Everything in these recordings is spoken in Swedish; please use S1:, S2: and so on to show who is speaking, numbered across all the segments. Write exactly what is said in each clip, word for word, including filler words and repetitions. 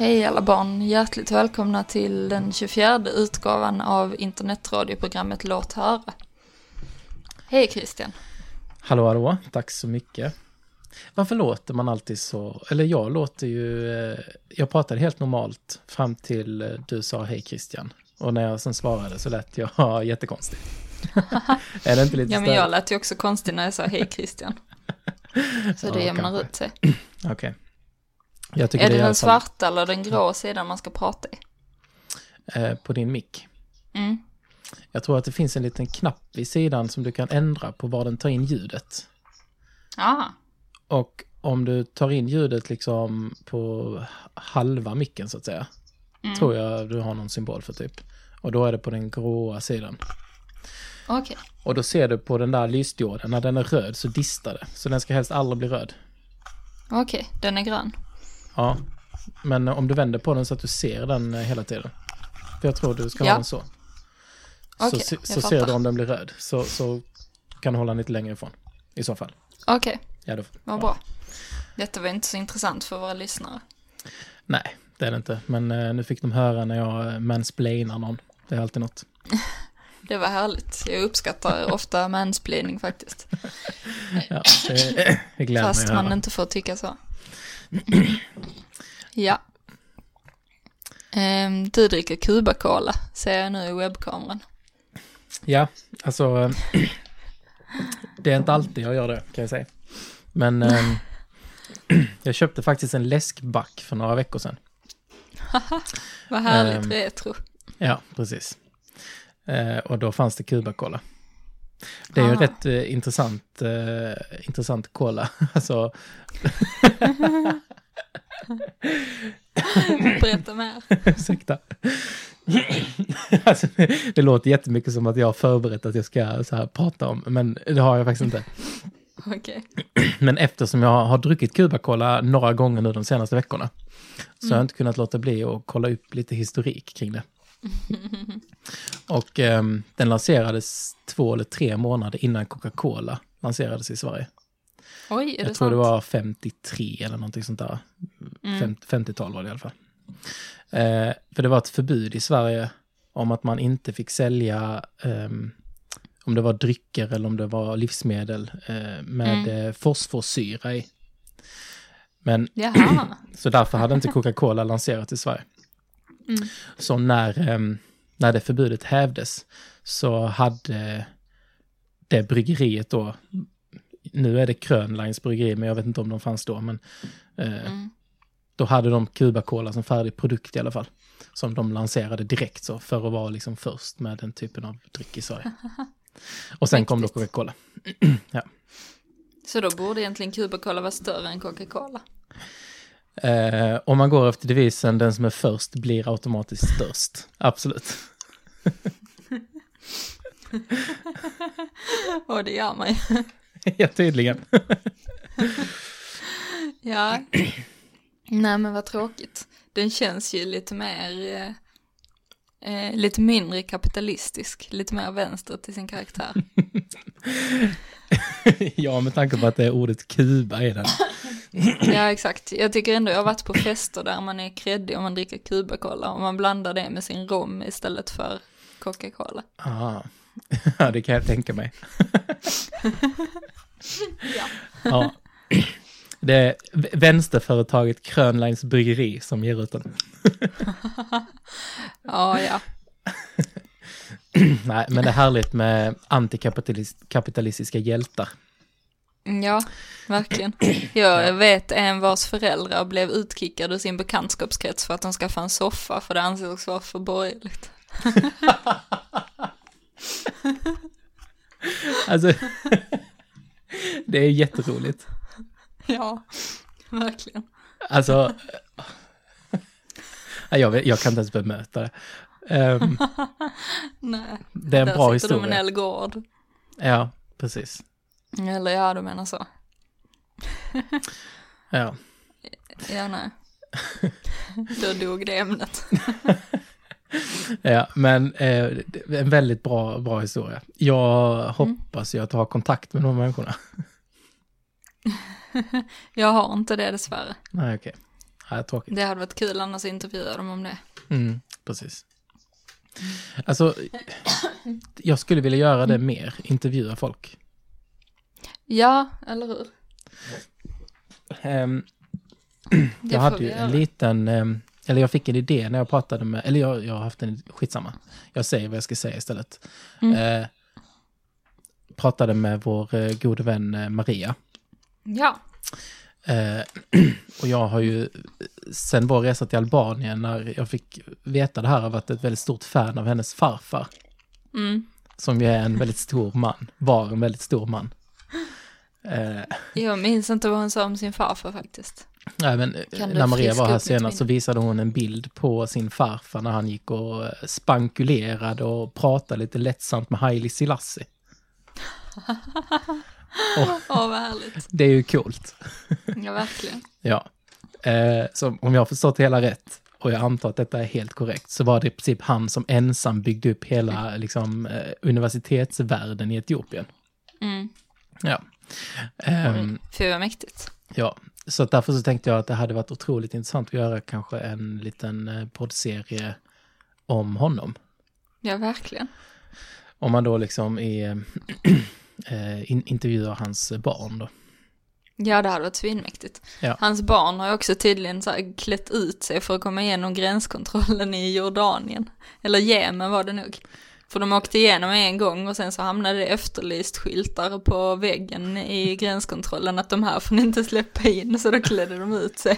S1: Hej alla barn, hjärtligt välkomna till den tjugofjärde utgåvan av internetradioprogrammet Låt höra. Hej Christian.
S2: Hallå hallå, tack så mycket. Varför låter man alltid så, eller jag låter ju, jag pratade helt normalt fram till du sa hej Christian. Och när jag sen svarade så lät jag jättekonstigt. Är det inte lite
S1: Ja, men jag lät ju också konstigt när jag sa hej Christian. Så det ja, jämnar kanske ut sig.
S2: Okej. Okay. Jag tycker
S1: är det,
S2: det
S1: den
S2: fall...
S1: svarta eller den grå sidan man ska prata i?
S2: Eh, på din mick.
S1: Mm.
S2: Jag tror att det finns en liten knapp vid sidan som du kan ändra på var den tar in ljudet.
S1: Ah.
S2: Och om du tar in ljudet liksom på halva micken så att säga. Mm. Tror jag du har någon symbol för typ. Och då är det på den gråa sidan.
S1: Okej. Okay.
S2: Och då ser du på den där lysdioden, när den är röd så distar det. Så den ska helst aldrig bli röd.
S1: Okej, okay, den är grön.
S2: Ja, men om du vänder på den så att du ser den hela tiden. För jag tror du ska ja. ha den så.
S1: Okay,
S2: så så ser du om den blir röd. Så, så kan du hålla den lite längre ifrån. I så fall.
S1: Okej, okay.
S2: ja, då,
S1: vad
S2: ja.
S1: bra. Detta var inte så intressant för våra lyssnare.
S2: Nej, det är det inte. Men eh, nu fick de höra när jag mansplainar någon. Det är alltid något.
S1: Det var härligt. Jag uppskattar ofta mansplaining faktiskt.
S2: Ja, det, det gläder
S1: Fast
S2: mig
S1: man
S2: höra.
S1: inte får tycka så. Ja. Um, du dricker Cuba-cola, ser jag nu i webbkameran.
S2: Ja, alltså det är inte alltid jag gör det, kan jag säga. Men um, jag köpte faktiskt en läskback för några veckor sedan.
S1: Vad härligt
S2: um,
S1: retro.
S2: Ja, precis. Uh, och då fanns det Cuba-cola. Det är
S1: Aha.
S2: ju rätt uh, intressant uh, intressant cola. Alltså
S1: berätta mer.
S2: Ursäkta. Alltså, det, det låter jättemycket som att jag har förberett att jag ska så här prata om, men det har jag faktiskt inte.
S1: Okej.
S2: Okay. Men eftersom jag har druckit Cuba-cola några gånger nu de senaste veckorna så mm. har jag inte kunnat låta bli att kolla upp lite historik kring det. Och um, den lanserades två eller tre månader innan Coca-Cola lanserades i Sverige.
S1: Oj, är det
S2: jag tror
S1: sant?
S2: det var femtiotre eller någonting sånt där. Mm. femtiotal var det i alla fall. Eh, för det var ett förbud i Sverige om att man inte fick sälja um, om det var drycker eller om det var livsmedel eh, med mm. eh, fosforsyra i. Men så därför hade inte Coca-Cola lanserat i Sverige. Mm. Så när, um, när det förbudet hävdes så hade det bryggeriet då, nu är det Krönlines bryggeri men jag vet inte om de fanns då, men eh, mm. då hade de Cuba-cola som färdig produkt i alla fall. Som de lanserade direkt så för att vara liksom först med den typen av dryck i Sverige. Och sen kom då Coca-Cola. Ja.
S1: Så då borde egentligen Cuba-cola vara större än Coca-Cola?
S2: Eh, om man går efter devisen den som är först blir automatiskt störst. Absolut.
S1: Och det gör man ju.
S2: Ja, tydligen.
S1: Ja. Nej, men vad tråkigt. Den känns ju lite mer eh, lite mindre kapitalistisk, lite mer vänster till sin karaktär.
S2: Ja, med tanke på att det är ordet Kuba i den.
S1: Ja, exakt. Jag tycker ändå jag har varit på fester där man är kreddig om man dricker Cuba-cola och man blandar det med sin rom istället för Coca-Cola.
S2: Ah. Ja, det kan jag tänka mig.
S1: Ja.
S2: Ja. Det är vänsterföretaget Krönlines bryggeri som ger ut den.
S1: Ja, ja.
S2: Nej, men det är härligt med antikapitalistiska hjältar.
S1: Ja, verkligen. Jag vet en vars föräldrar blev utkickade ur sin bekantskapskrets för att de skaffade en soffa för det ansågs vara för borgerligt.
S2: Alltså, det är jätteroligt.
S1: Ja, verkligen.
S2: Alltså, jag, vet, jag kan inte ens bemöta det. Um,
S1: Nej,
S2: det är en
S1: där
S2: bra
S1: sitter
S2: historia.
S1: de en Elgård.
S2: Ja, precis.
S1: Eller ja, du menar så.
S2: Ja.
S1: Ja, nej. Då dog det ämnet.
S2: Ja, men eh, en väldigt bra, bra historia. Jag mm. hoppas ju att du har kontakt med de människorna.
S1: Jag har inte det dessvärre.
S2: Nej, okej. Ja, tråkigt.
S1: Det hade varit kul annars att intervjua dem om det.
S2: Mm, precis. Alltså, jag skulle vilja göra det mer, intervjua folk.
S1: Ja, eller hur?
S2: Um, jag hade ju en liten, um, eller jag fick en idé när jag pratade med, eller jag, jag har haft en, skitsamma. Jag säger vad jag ska säga istället. Mm. Uh, pratade med vår uh, gode vän uh, Maria.
S1: Ja.
S2: Uh, och jag har ju sen vår resa till Albanien, när jag fick veta det här, har varit ett väldigt stort fan av hennes farfar.
S1: Mm.
S2: Som ju är en väldigt stor man, var en väldigt stor man. Uh,
S1: jag minns inte vad hon sa om sin farfar faktiskt.
S2: Nej, men när Maria var här senast så visade hon en bild på sin farfar när han gick och spankulerade och pratade lite lättsamt med Haile Selassie.
S1: Åh, oh, vad härligt.
S2: Det är ju coolt.
S1: Ja, verkligen.
S2: Ja. Eh, så om jag har förstått hela rätt, och jag antar att detta är helt korrekt, så var det i princip han som ensam byggde upp hela liksom, eh, universitetsvärlden i Etiopien.
S1: Mm.
S2: Ja. Um,
S1: För vad mäktigt.
S2: Ja, så därför så tänkte jag att det hade varit otroligt intressant att göra kanske en liten eh, poddserie om honom.
S1: Ja, verkligen.
S2: Om man då liksom är, äh, in, intervjuar hans barn då.
S1: Ja, det hade varit svinmäktigt.
S2: Ja.
S1: Hans barn har ju också tydligen så här klätt ut sig för att komma igenom gränskontrollen i Jordanien. Eller Jemen var det nog. För de åkte igenom en gång och sen så hamnade det efterlyst skyltar på väggen i gränskontrollen att de här får ni inte släppa in, så då klädde de ut sig.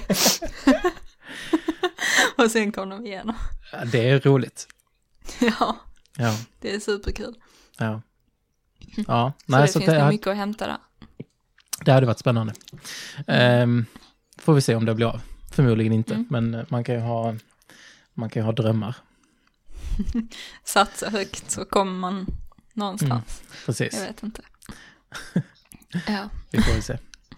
S1: Och sen kom de igenom.
S2: Ja, det är roligt.
S1: Ja,
S2: ja.
S1: Det är superkul.
S2: Ja. Ja.
S1: Så
S2: Nej,
S1: det
S2: så
S1: finns
S2: det
S1: nog
S2: har,
S1: mycket att hämta där.
S2: Det hade varit spännande.
S1: Mm.
S2: Um, får vi se om det blir av. Förmodligen inte,
S1: mm.
S2: men man kan ju ha, man kan ju ha drömmar.
S1: Satsa högt så kommer man någonstans.
S2: Mm, precis.
S1: Jag vet inte. Ja.
S2: Vi får se.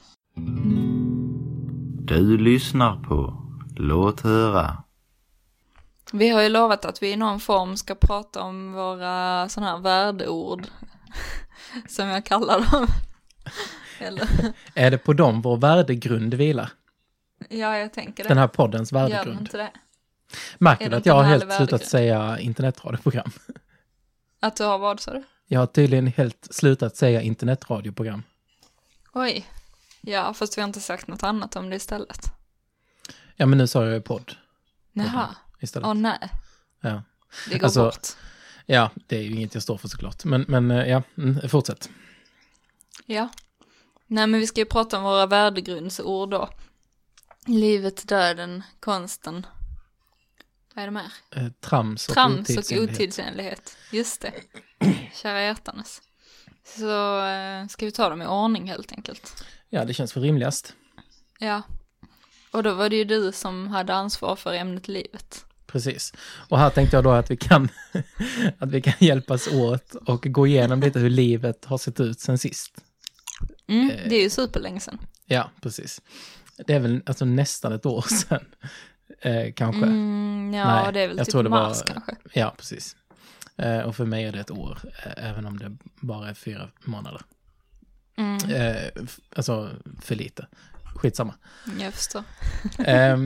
S3: Du lyssnar på Låt höra.
S1: Vi har ju lovat att vi i någon form ska prata om våra sådana här värdeord. Som jag kallar dem. Eller?
S2: Är det på dem vår värdegrund vilar?
S1: Ja, jag tänker det.
S2: Den här poddens värdegrund.
S1: Gör inte det?
S2: Märker du att jag har helt
S1: värdegrund?
S2: slutat säga internetradioprogram?
S1: Att du har vad, sa du?
S2: Jag har tydligen helt slutat säga internetradioprogram.
S1: Oj. Ja, fast vi har inte sagt något annat om det istället.
S2: Ja, men nu sa jag ju podd.
S1: Jaha.
S2: Istället.
S1: Åh nej.
S2: Ja.
S1: Det går
S2: alltså,
S1: bort.
S2: Ja, det är ju inget jag står för såklart. Men, men ja, mm, fortsätt.
S1: Ja. Nej, men vi ska ju prata om våra värdegrundsord då. Livet, döden, konsten. Vad är det mer?
S2: Eh, trams och
S1: Trams
S2: otidsenlighet.
S1: och otidsenlighet. Just det. Kära hjärtanes. Så eh, ska vi ta dem i ordning helt enkelt.
S2: Ja, det känns för rimligast.
S1: Ja. Och då var det ju du som hade ansvar för ämnet livet.
S2: Precis. Och här tänkte jag då att vi kan att vi kan hjälpas åt och gå igenom lite hur livet har sett ut sen sist.
S1: Mm, det är ju superlänge sedan.
S2: Ja, precis. Det är väl alltså nästan ett år sedan, eh, kanske.
S1: Mm, ja,
S2: Nej,
S1: det är väl
S2: jag
S1: typ
S2: tror det
S1: mars
S2: var,
S1: kanske.
S2: Ja, precis. Eh, och för mig är det ett år, eh, även om det bara är fyra månader.
S1: Mm.
S2: Eh, f- alltså, för lite. Skitsamma.
S1: Jag förstår.
S2: eh,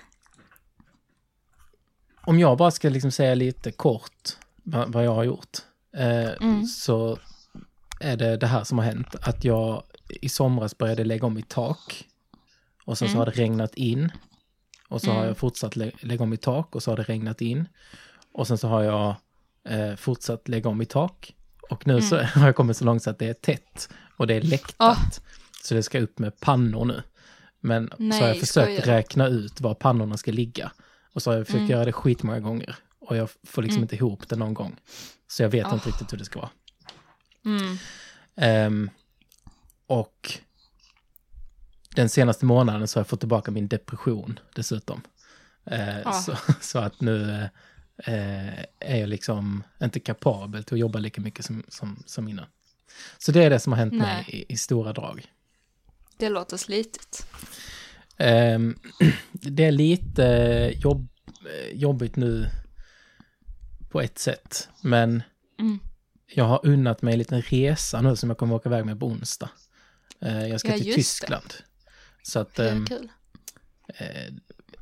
S2: om jag bara ska liksom säga lite kort vad, vad jag har gjort, eh,
S1: Mm.
S2: så är det det här som har hänt. Att jag i somras började lägga om mitt tak. Och sen
S1: Mm.
S2: så har det regnat in. Och så
S1: Mm.
S2: har jag fortsatt lä- lägga om mitt tak. Och så har det regnat in. Och sen så har jag eh, fortsatt lägga om mitt tak. Och nu så har jag kommit så långt så att det är tätt. Och det är läktat. Så det ska upp med pannor nu. Men
S1: Nej,
S2: så har jag försökt
S1: skojar.
S2: räkna ut var pannorna ska ligga. Och så har jag försökt
S1: Mm.
S2: göra det skitmånga gånger. Och jag får liksom
S1: Mm.
S2: inte ihop det någon gång. Så jag vet
S1: Oh.
S2: inte riktigt hur det ska vara.
S1: Mm.
S2: Um, och den senaste månaden så har jag fått tillbaka min depression dessutom. Uh,
S1: Ah.
S2: så, så att nu uh, är jag liksom inte kapabel till att jobba lika mycket som, som, som innan. Så det är det som har hänt
S1: Nej.
S2: mig i, i stora drag.
S1: Det låter slitigt.
S2: Um, det är lite jobb, jobbigt nu på ett sätt, men
S1: Mm.
S2: jag har unnat mig en liten resa nu som jag kommer åka iväg med på onsdag. Uh, jag ska
S1: Ja,
S2: till
S1: just
S2: Tyskland. Så att
S1: Det är
S2: um,
S1: kul.
S2: eh,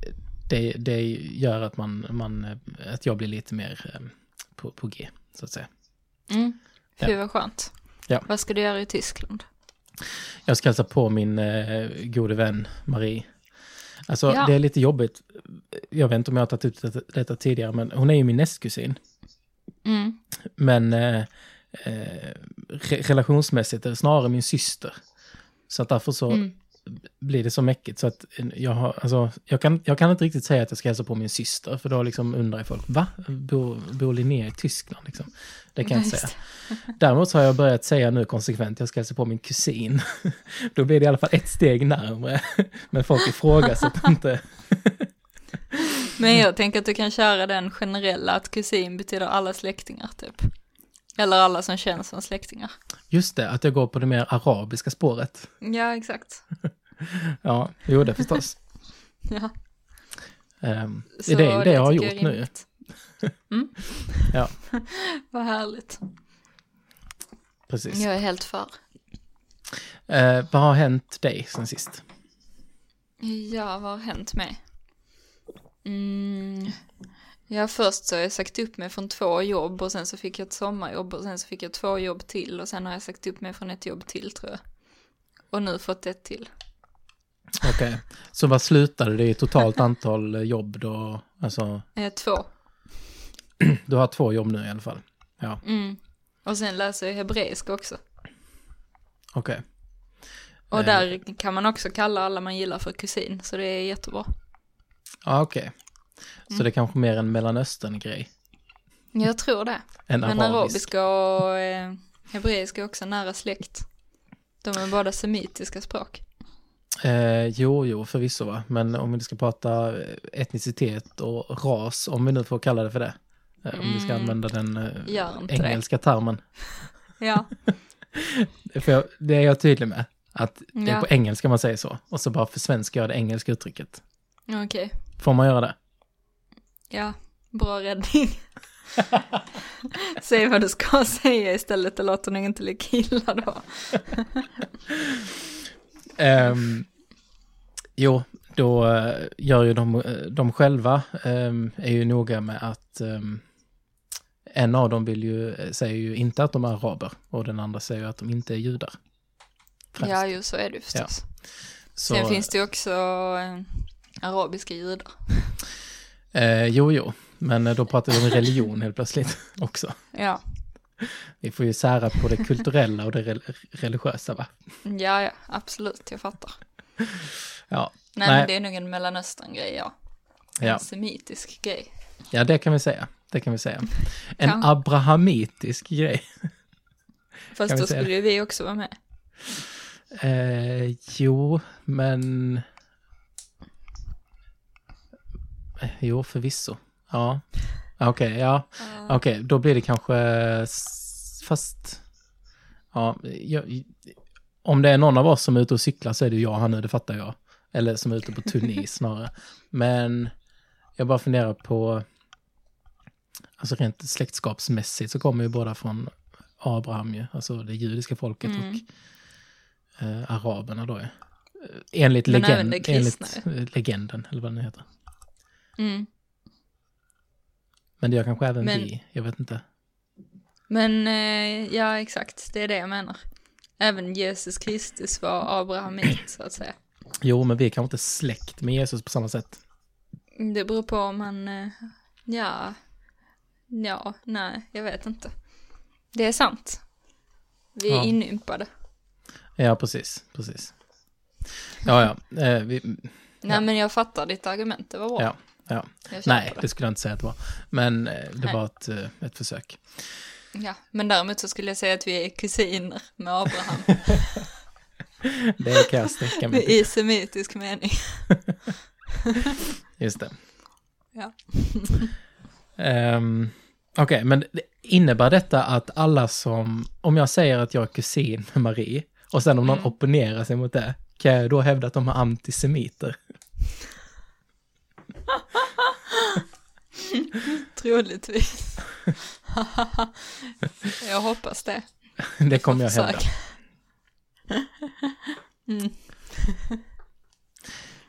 S2: det, det gör att, man, man, att jag blir lite mer eh, på, på G, så att säga.
S1: Mm. Fy
S2: Ja.
S1: vad skönt.
S2: Ja.
S1: Vad ska du göra i Tyskland?
S2: Jag ska hälsa på min eh, gode vän Marie. Alltså,
S1: Ja.
S2: det är lite jobbigt. Jag vet inte om jag har tagit ut detta, detta tidigare, men hon är ju min nästkusin.
S1: Mm.
S2: Men eh, eh, re- relationsmässigt är det snarare min syster. Så att därför så
S1: Mm.
S2: blir det så mäckigt. Så att jag, har, alltså, jag, kan, jag kan inte riktigt säga att jag ska hälsa på min syster. För då liksom undrar folk, va? Bor, bor Linnea i Tyskland? Liksom. Det kan jag inte säga. Däremot så har jag börjat säga nu konsekvent, jag ska hälsa på min kusin. Då blir det i alla fall ett steg närmare. Men folk ifrågasätter inte.
S1: Men jag tänker att du kan köra den generella att kusin betyder alla släktingar typ. Eller alla som känns som släktingar.
S2: Just det, att jag går på det mer arabiska spåret.
S1: Ja, exakt.
S2: Ja, jo det förstås.
S1: Ja.
S2: Um,
S1: Så
S2: det är det, det jag har
S1: tycker
S2: gjort
S1: är
S2: nu.
S1: rimligt. Mm.
S2: Ja,
S1: Vad härligt.
S2: precis.
S1: Jag är helt för.
S2: Uh, vad har hänt dig sen sist?
S1: Ja, vad har hänt mig? Mm. Ja, först så har jag sagt upp mig från två jobb och sen så fick jag ett sommarjobb och sen så fick jag två jobb till och sen har jag sagt upp mig från ett jobb till tror jag. Och nu fått ett till.
S2: Okej, okay. Så vad slutade det i totalt antal jobb då? Alltså,
S1: Eh, två.
S2: du har två jobb nu i alla fall. Ja,
S1: Mm. Och sen läser jag hebreiska också.
S2: okej. Okay.
S1: Och
S2: Eh.
S1: där kan man också kalla alla man gillar för kusin, så det är jättebra.
S2: Ja, okej. Okay. Så
S1: Mm.
S2: det är kanske mer en Mellanöstern-grej
S1: Jag tror det.
S2: än
S1: Men
S2: arabisk.
S1: arabiska och eh, hebreiska är också nära släkt. De är båda semitiska språk.
S2: Eh, jo, jo, förvisso va. Men om vi ska prata etnicitet och ras, om vi nu får kalla det för det. Eh, om vi ska
S1: Mm.
S2: använda den
S1: Gör
S2: eh,
S1: inte
S2: engelska termen.
S1: Ja,
S2: För jag, det är jag tydlig med. Att det är
S1: Ja.
S2: på engelska man säger så. Och så bara för svenska gör det engelska uttrycket.
S1: okej.
S2: Får man göra det?
S1: Ja, bra räddning. Säg vad du ska säga istället, det låter nog inte lika illa då.
S2: Um, jo, då uh, gör ju de, de själva um, är ju noga med att um, en av dem vill ju, säger ju inte att de är araber och den andra säger ju att de inte är judar. Främst.
S1: Ja, ju så är det ju förstås.
S2: Så,
S1: Sen finns det ju också eh, arabiska judar.
S2: eh, jo, jo, men då pratar vi om religion helt plötsligt också.
S1: Ja,
S2: Vi får ju sära på det kulturella och det re- religiösa, va?
S1: ja, ja, absolut, jag fattar.
S2: Ja,
S1: Nej,
S2: Nej.
S1: men det är nog en Mellanöstern-grej, ja. En
S2: ja.
S1: semitisk grej.
S2: ja, det kan vi säga. Det kan vi säga. En
S1: Kanske.
S2: abrahamitisk grej.
S1: Fast
S2: Kan vi
S1: då
S2: säga
S1: skulle ju vi också vara med.
S2: Eh, jo, men... Eh, Jo, förvisso. Ja. Okej, okay, ja.
S1: Uh,
S2: Okej, okay, då blir det kanske... s- Fast... Ja, jag, om det är någon av oss som är ute och cyklar så är det jag han nu, det fattar jag. Eller som är ute på turné snarare. Men jag bara funderar på... Alltså rent släktskapsmässigt så kommer ju båda från Abraham ju. Alltså det judiska folket
S1: Mm.
S2: och eh, araberna då. Ja. Enligt,
S1: Men även
S2: legend,
S1: det kristna,
S2: enligt eh, legenden, eller vad den heter.
S1: mm.
S2: Men det gör kanske även
S1: Men-
S2: vi, jag vet inte.
S1: Men eh, ja, exakt, det är det jag menar. Även Jesus Kristus var abrahamit, så att säga.
S2: Jo, men vi är kanske inte släkt med Jesus på samma sätt.
S1: Det beror på om man, eh, ja, ja, nej, jag vet inte. Det är sant. Vi är
S2: Ja.
S1: inympade.
S2: Ja, precis, precis. Ja, ja. Eh, vi,
S1: Nej,
S2: Ja.
S1: men jag fattar ditt argument, det var bra.
S2: ja, ja.
S1: Jag köper
S2: Nej,
S1: det.
S2: det skulle jag inte säga att det var. Men eh, det
S1: Nej.
S2: var ett, eh, ett försök.
S1: Ja, men däremot så skulle jag säga att vi är kusiner med Abraham.
S2: Det kan jag sträcka mig till.
S1: I semitisk mening.
S2: Just det.
S1: Ja.
S2: Um, Okej, okay, men innebär detta att alla som, om jag säger att jag är kusin med Marie och sen om någon
S1: Mm.
S2: opponerar sig mot det, kan jag då hävda att de är antisemiter?
S1: Troligtvis. Jag hoppas det.
S2: Det kommer jag hävda.
S1: Mm.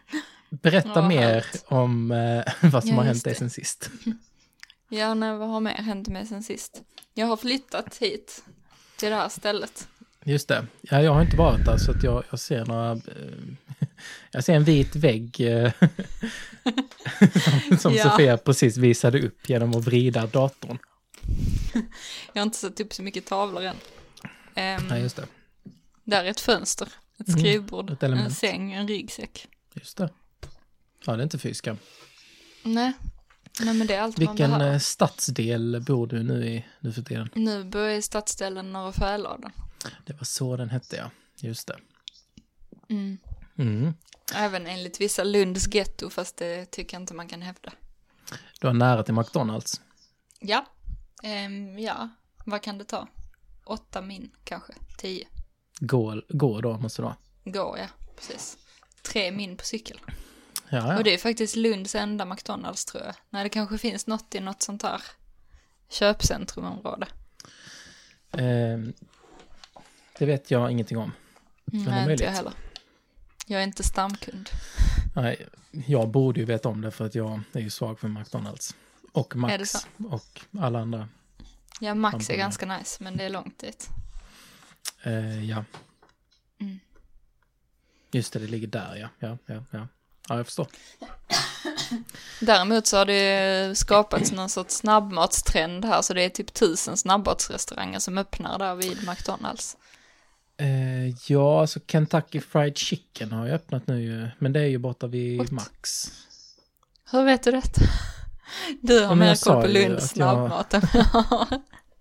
S2: berätta
S1: Ja,
S2: mer
S1: härligt.
S2: om eh, vad som
S1: Ja,
S2: har
S1: just
S2: hänt dig
S1: det.
S2: sen sist.
S1: Ja, nej, vad har mer hänt mig sen sist? Jag har flyttat hit, till det här stället.
S2: Just det. Ja, jag har inte varit där så att jag, jag ser några... Eh, jag ser en vit vägg eh, som, som
S1: Ja.
S2: Sofia precis visade upp genom att vrida datorn.
S1: Jag har inte satt upp så mycket tavlor än. Um,
S2: Ja, just det.
S1: Där är ett fönster, ett
S2: Mm,
S1: skrivbord,
S2: ett element.
S1: en säng, en ryggsäck.
S2: Just det. Ja, det är inte fyska.
S1: Nej, nej men det är allt man
S2: Vilken
S1: behöver.
S2: eh, stadsdel bor du nu i nu för tiden?
S1: Nu bor jag i stadsdelen Norra Färladen.
S2: Det var så den hette, ja. Just det.
S1: Mm.
S2: Mm.
S1: Även enligt vissa Lunds getto, fast det tycker jag inte man kan hävda.
S2: Du har nära till McDonalds.
S1: Ja, Ehm, ja, vad kan det ta? Åtta min kanske, tio.
S2: Gå, gå då, måste du ha.
S1: Går, ja, precis. Tre min på cykel.
S2: Ja, ja.
S1: Och det är faktiskt Lunds enda McDonalds, tror jag. Nej, det kanske finns något i något sånt här köpcentrumområde.
S2: Eh, det vet jag ingenting om.
S1: Mm,
S2: det är
S1: nej, inte
S2: möjligt.
S1: jag heller. Jag är inte stamkund.
S2: Nej, jag borde ju veta om det för att jag är ju svag för McDonalds. Och
S1: Är det
S2: Max.
S1: så?
S2: Och alla andra.
S1: Ja, Max är
S2: Hamburgare.
S1: ganska nice, men det är långt dit.
S2: Eh, ja.
S1: Mm.
S2: Just det, det ligger där, ja. Ja, ja, ja. Ja, jag förstår.
S1: Däremot så har det skapats någon sorts snabbmatstrend här, så det är typ tusen snabbmatsrestauranger som öppnar där vid McDonalds.
S2: Eh, ja, alltså Kentucky Fried Chicken har ju öppnat nu ju. Men det är ju borta vid
S1: What?
S2: Max.
S1: Hur vet du detta? Du har
S2: men
S1: mer
S2: jag sa
S1: koll på
S2: ju
S1: Lunds
S2: att jag-
S1: snabbmat än jag har.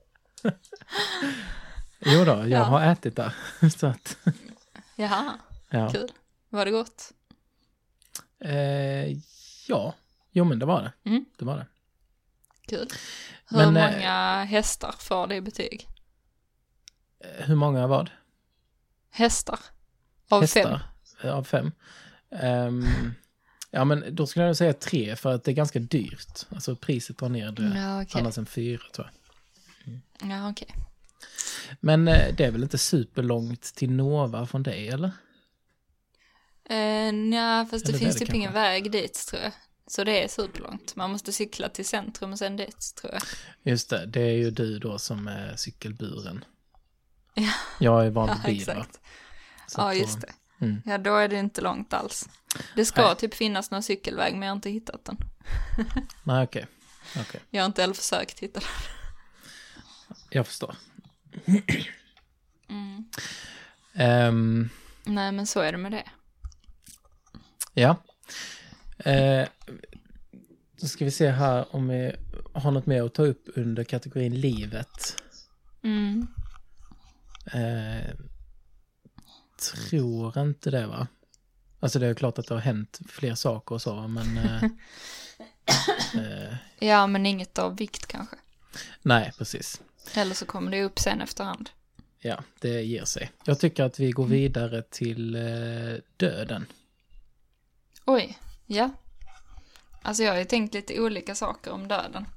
S2: Jo då, jag
S1: Ja.
S2: har ätit där. Så att,
S1: Jaha,
S2: ja.
S1: kul. Var det gott?
S2: Eh, ja, jo men det var det.
S1: Mm.
S2: Det var det.
S1: Kul. Hur
S2: Men, eh,
S1: många hästar får det i betyg?
S2: Eh, Hur många vad?
S1: Hästar? Av
S2: Hästar?
S1: fem?
S2: Eh, Av fem. Ehm, ja men då skulle jag säga tre för att det är ganska dyrt. Alltså priset drar ner det.
S1: Ja, okej.
S2: Annars än fyra tror jag.
S1: Ja, okej.
S2: Men eh, det är väl inte superlångt till Nova från dig eller?
S1: Eh, nja, fast det
S2: Eller
S1: finns
S2: det
S1: typ
S2: kanske.
S1: ingen väg dit, tror jag. Så det är superlångt. Man måste cykla till centrum och sen dit, tror jag.
S2: Just det, det är ju du då som är cykelburen.
S1: Ja.
S2: Jag är van
S1: Ja,
S2: vid bil va?
S1: exakt.
S2: Så
S1: Ja,
S2: att
S1: just
S2: då-
S1: det.
S2: Mm.
S1: Ja, då är det inte långt alls. Det ska
S2: Nej.
S1: typ finnas någon cykelväg, men jag har inte hittat den.
S2: Nej okej, okej.
S1: Jag har inte heller försökt hitta den.
S2: Jag förstår.
S1: Mm.
S2: Ehm,
S1: Nej, men så är det med det.
S2: ja. Eh, då ska vi se här om vi har något mer att ta upp under kategorin livet.
S1: Mm.
S2: Eh, tror inte det va? Alltså det är klart att det har hänt fler saker och så, men eh, eh,
S1: Ja, men inget av vikt kanske.
S2: nej, precis.
S1: Eller så kommer det upp sen efterhand.
S2: Ja, det ger sig. Jag tycker att vi går vidare till eh, döden.
S1: Oj, ja. Alltså jag har ju tänkt lite olika saker om döden.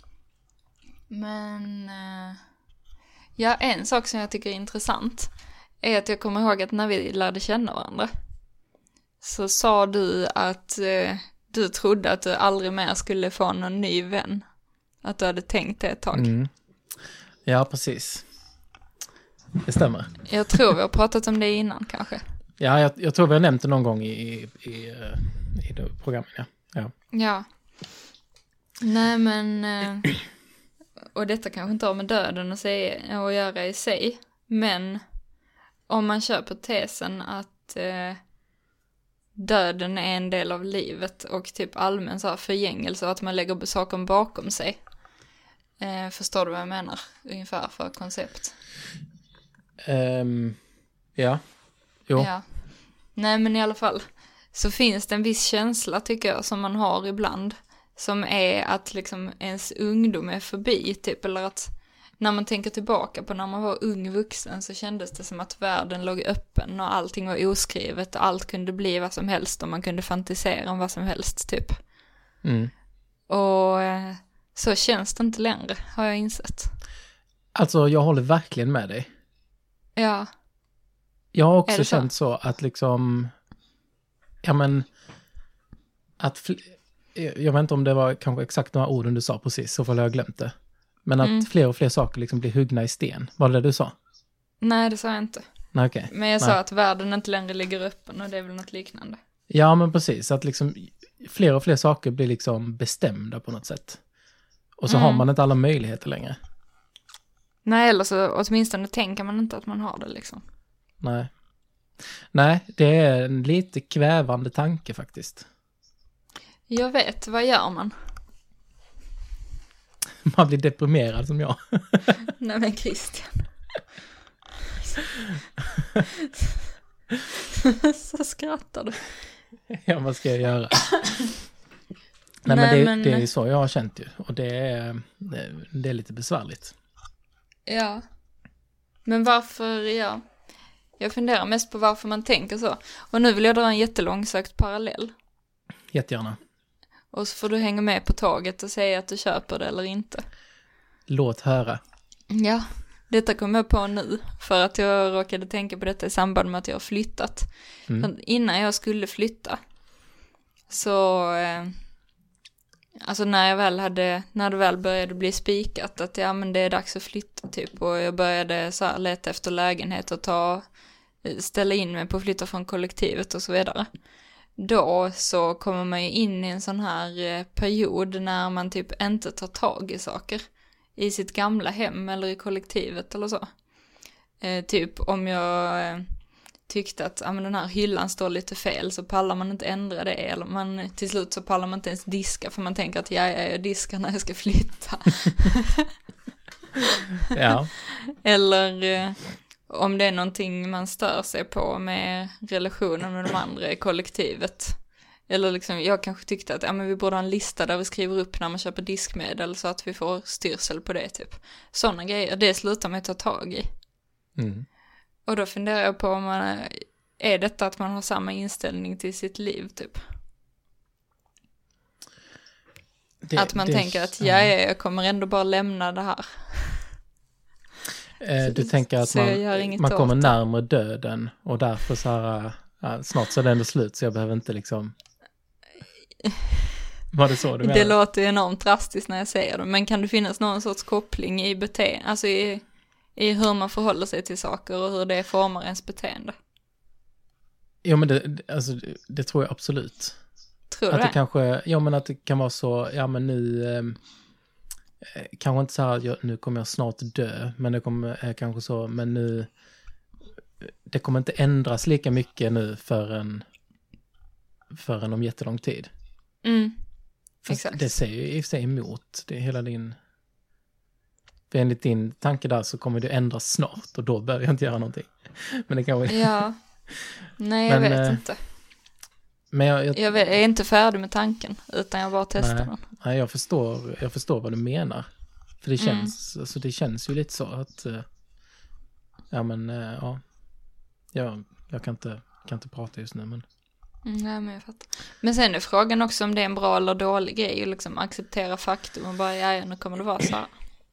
S1: Men eh, ja, en sak som jag tycker är intressant är att jag kommer ihåg att när vi lärde känna varandra så sa du att eh, du trodde att du aldrig mer skulle få någon ny vän. Att du hade tänkt det ett tag.
S2: Mm. Ja, precis. Det stämmer.
S1: Jag tror vi har pratat om det innan kanske.
S2: Ja, jag, jag tror vi har nämnt det någon gång i, i, i, eh, i det programmet. Ja. Ja.
S1: Ja. Nej men, eh, och detta kanske inte har med döden att, säga, att göra i sig, men om man kör på tesen att eh, döden är en del av livet och typ allmän så här förgängelse och att man lägger saker bakom sig. Eh, förstår du vad jag menar? Ungefär för koncept.
S2: Ehm, ja. Jo.
S1: Ja. Nej men i alla fall så finns det en viss känsla tycker jag som man har ibland som är att liksom ens ungdom är förbi typ, eller att när man tänker tillbaka på när man var ung vuxen så kändes det som att världen låg öppen och allting var oskrivet och allt kunde bli vad som helst och man kunde fantisera om vad som helst typ.
S2: Mm.
S1: Och eh, så känns det inte längre, har jag insett.
S2: Alltså, jag håller verkligen med dig.
S1: Ja.
S2: Jag har
S1: Är
S2: också
S1: det så?
S2: känt så att liksom, ja men, att fl- jag vet inte om det var kanske exakt de här orden du sa precis, så får jag glömt det. Men att mm. fler och fler saker liksom blir huggna i sten. Var det det du sa?
S1: Nej, det sa jag inte.
S2: Nej, okay.
S1: Men jag
S2: Nej.
S1: sa att världen inte längre ligger öppen och det är väl något liknande.
S2: Ja, men precis. Att liksom fler och fler saker blir liksom bestämda på något sätt. Och så mm. har man inte alla möjligheter längre.
S1: Nej, eller så åtminstone tänker man inte att man har det liksom.
S2: Nej. Nej, det är en lite kvävande tanke faktiskt.
S1: Jag vet, vad gör man?
S2: Man blir deprimerad som jag.
S1: Nej men Christian. Så skrattar du.
S2: Ja, vad ska jag göra? Nej, Nej men, det, men det är så jag har känt ju. Och det är, det, det är lite besvärligt.
S1: Ja. Men varför, ja. Jag funderar mest på varför man tänker så. Och nu vill jag dra en jättelångsökt parallell.
S2: Jättegärna.
S1: Och så får du hänga med på tåget och säga att du köper det eller inte.
S2: Låt höra.
S1: Ja, detta kom jag på nu. För att jag råkade tänka på detta i samband med att jag har flyttat. Mm. Innan jag skulle flytta. Så, eh, alltså när jag väl hade, när det väl började bli spikat. Att ja, men det är dags att flytta typ. Och jag började så här leta efter lägenhet och ta, ställa in mig på att flytta från kollektivet och så vidare. Då så kommer man ju in i en sån här period när man typ inte tar tag i saker i sitt gamla hem eller i kollektivet eller så. Eh, typ om jag eh, tyckte att ah, men den här hyllan står lite fel så pallar man inte ändra det, eller man, till slut så pallar man inte ens diska för man tänker att ja, ja, jag diskar när jag ska flytta.
S2: Ja.
S1: Eller eh, om det är någonting man stör sig på med relationen med de andra i kollektivet. Eller liksom, jag kanske tyckte att ja, men vi borde ha en lista där vi skriver upp när man köper diskmedel så att vi får styrsel på det typ. Sådana grejer, det slutar man ta tag i.
S2: Mm.
S1: Och då funderar jag på om man, är detta att man har samma inställning till sitt liv typ? Det, att man det, tänker att ja, jag kommer ändå bara lämna det här.
S2: Eh, du tänker att man, man kommer närmare döden och därför så här, ja, snart så är det ändå slut så jag behöver inte liksom... Var det så du menar?
S1: Det låter ju enormt drastiskt när jag säger det, men kan det finnas någon sorts koppling i beteende, alltså i, i hur man förhåller sig till saker och hur det formar ens beteende?
S2: Jo, men det, alltså, det, det tror jag absolut.
S1: Tror du
S2: att
S1: det?
S2: det kanske, ja, men att det kan vara så, ja men nu... Eh, kanske inte så här, jag, nu kommer jag snart dö, men det kommer eh, kanske så, men nu det kommer inte ändras lika mycket nu förrän förrän om jättelång tid.
S1: Mm.
S2: Exakt. Det säger ju i och för sig emot, det är hela din, för enligt din tanke där så kommer det ändras snart och då behöver jag inte göra någonting. Men det kanske...
S1: Ja, nej jag men, vet äh, inte.
S2: Men jag, jag,
S1: jag, vet, jag är inte färdig med tanken, utan jag bara testar
S2: nej,
S1: den.
S2: Nej, jag förstår, jag förstår vad du menar. För det känns, mm. alltså det känns ju lite så att, ja men, ja, jag, jag kan inte, kan inte prata just nu, men.
S1: Mm, nej, men jag fattar. Men sen är frågan också om det är en bra eller dålig grej att liksom acceptera faktum och bara, ja, nu kommer det vara så här.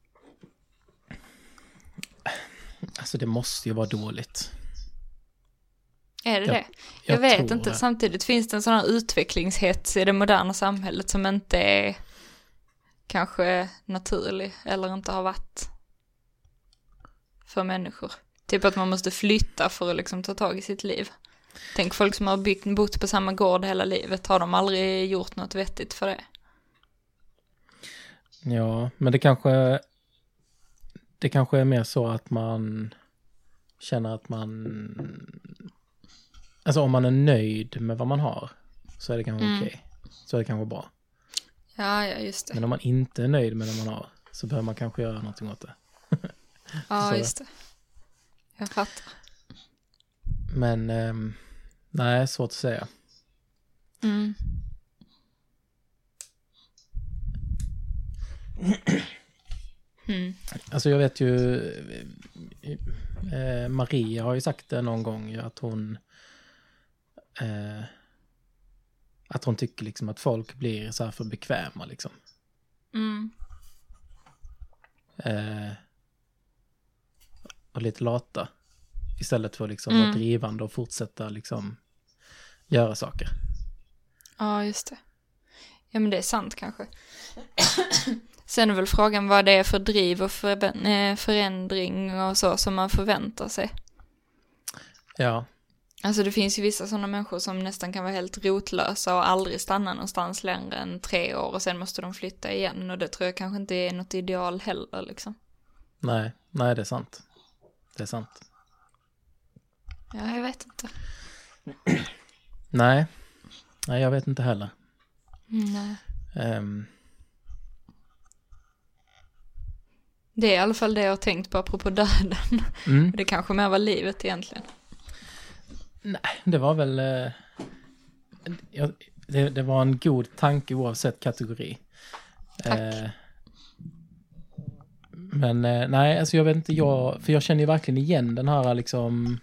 S2: Alltså det måste ju vara dåligt.
S1: Är det
S2: jag,
S1: det? Jag, jag vet inte.
S2: Det.
S1: Samtidigt finns det en sån här utvecklingshets i det moderna samhället som inte är kanske naturlig eller inte har varit för människor. Typ att man måste flytta för att liksom ta tag i sitt liv. Tänk folk som har byggt, bott på samma gård hela livet. Har de aldrig gjort något vettigt för det?
S2: Ja, men det kanske det kanske är mer så att man känner att man, alltså om man är nöjd med vad man har så är det kanske mm. okej. Så är det kanske bra.
S1: Ja, ja, just det.
S2: Men om man inte är nöjd med det man har så behöver man kanske göra någonting åt det.
S1: Ja, just det. Jag fattar.
S2: Men eh, nej, svårt att säga.
S1: Mm. Mm.
S2: Alltså jag vet ju eh, Maria har ju sagt det någon gång att hon eh, att hon tycker liksom att folk blir så här för bekväma liksom.
S1: Mm.
S2: Eh, och lite lata istället för liksom
S1: mm.
S2: vara drivande och fortsätta liksom göra saker.
S1: Ja, just det. Ja, men det är sant kanske. Sen är väl frågan vad det är för driv och för, förändring och så som man förväntar sig.
S2: Ja.
S1: Alltså det finns ju vissa sådana människor som nästan kan vara helt rotlösa och aldrig stanna någonstans längre än tre år och sen måste de flytta igen, och det tror jag kanske inte är något ideal heller liksom.
S2: Nej, nej det är sant. Det är sant.
S1: Ja, jag vet inte.
S2: Nej, nej jag vet inte heller.
S1: Nej.
S2: Um.
S1: Det är i alla fall det jag har tänkt på apropå döden.
S2: Mm.
S1: Det kanske mer var livet egentligen.
S2: Nej, det var väl... Eh, ja, det, det var en god tanke oavsett kategori.
S1: Tack.
S2: Eh, men eh, nej, alltså jag vet inte, jag, för jag känner ju verkligen igen den här liksom...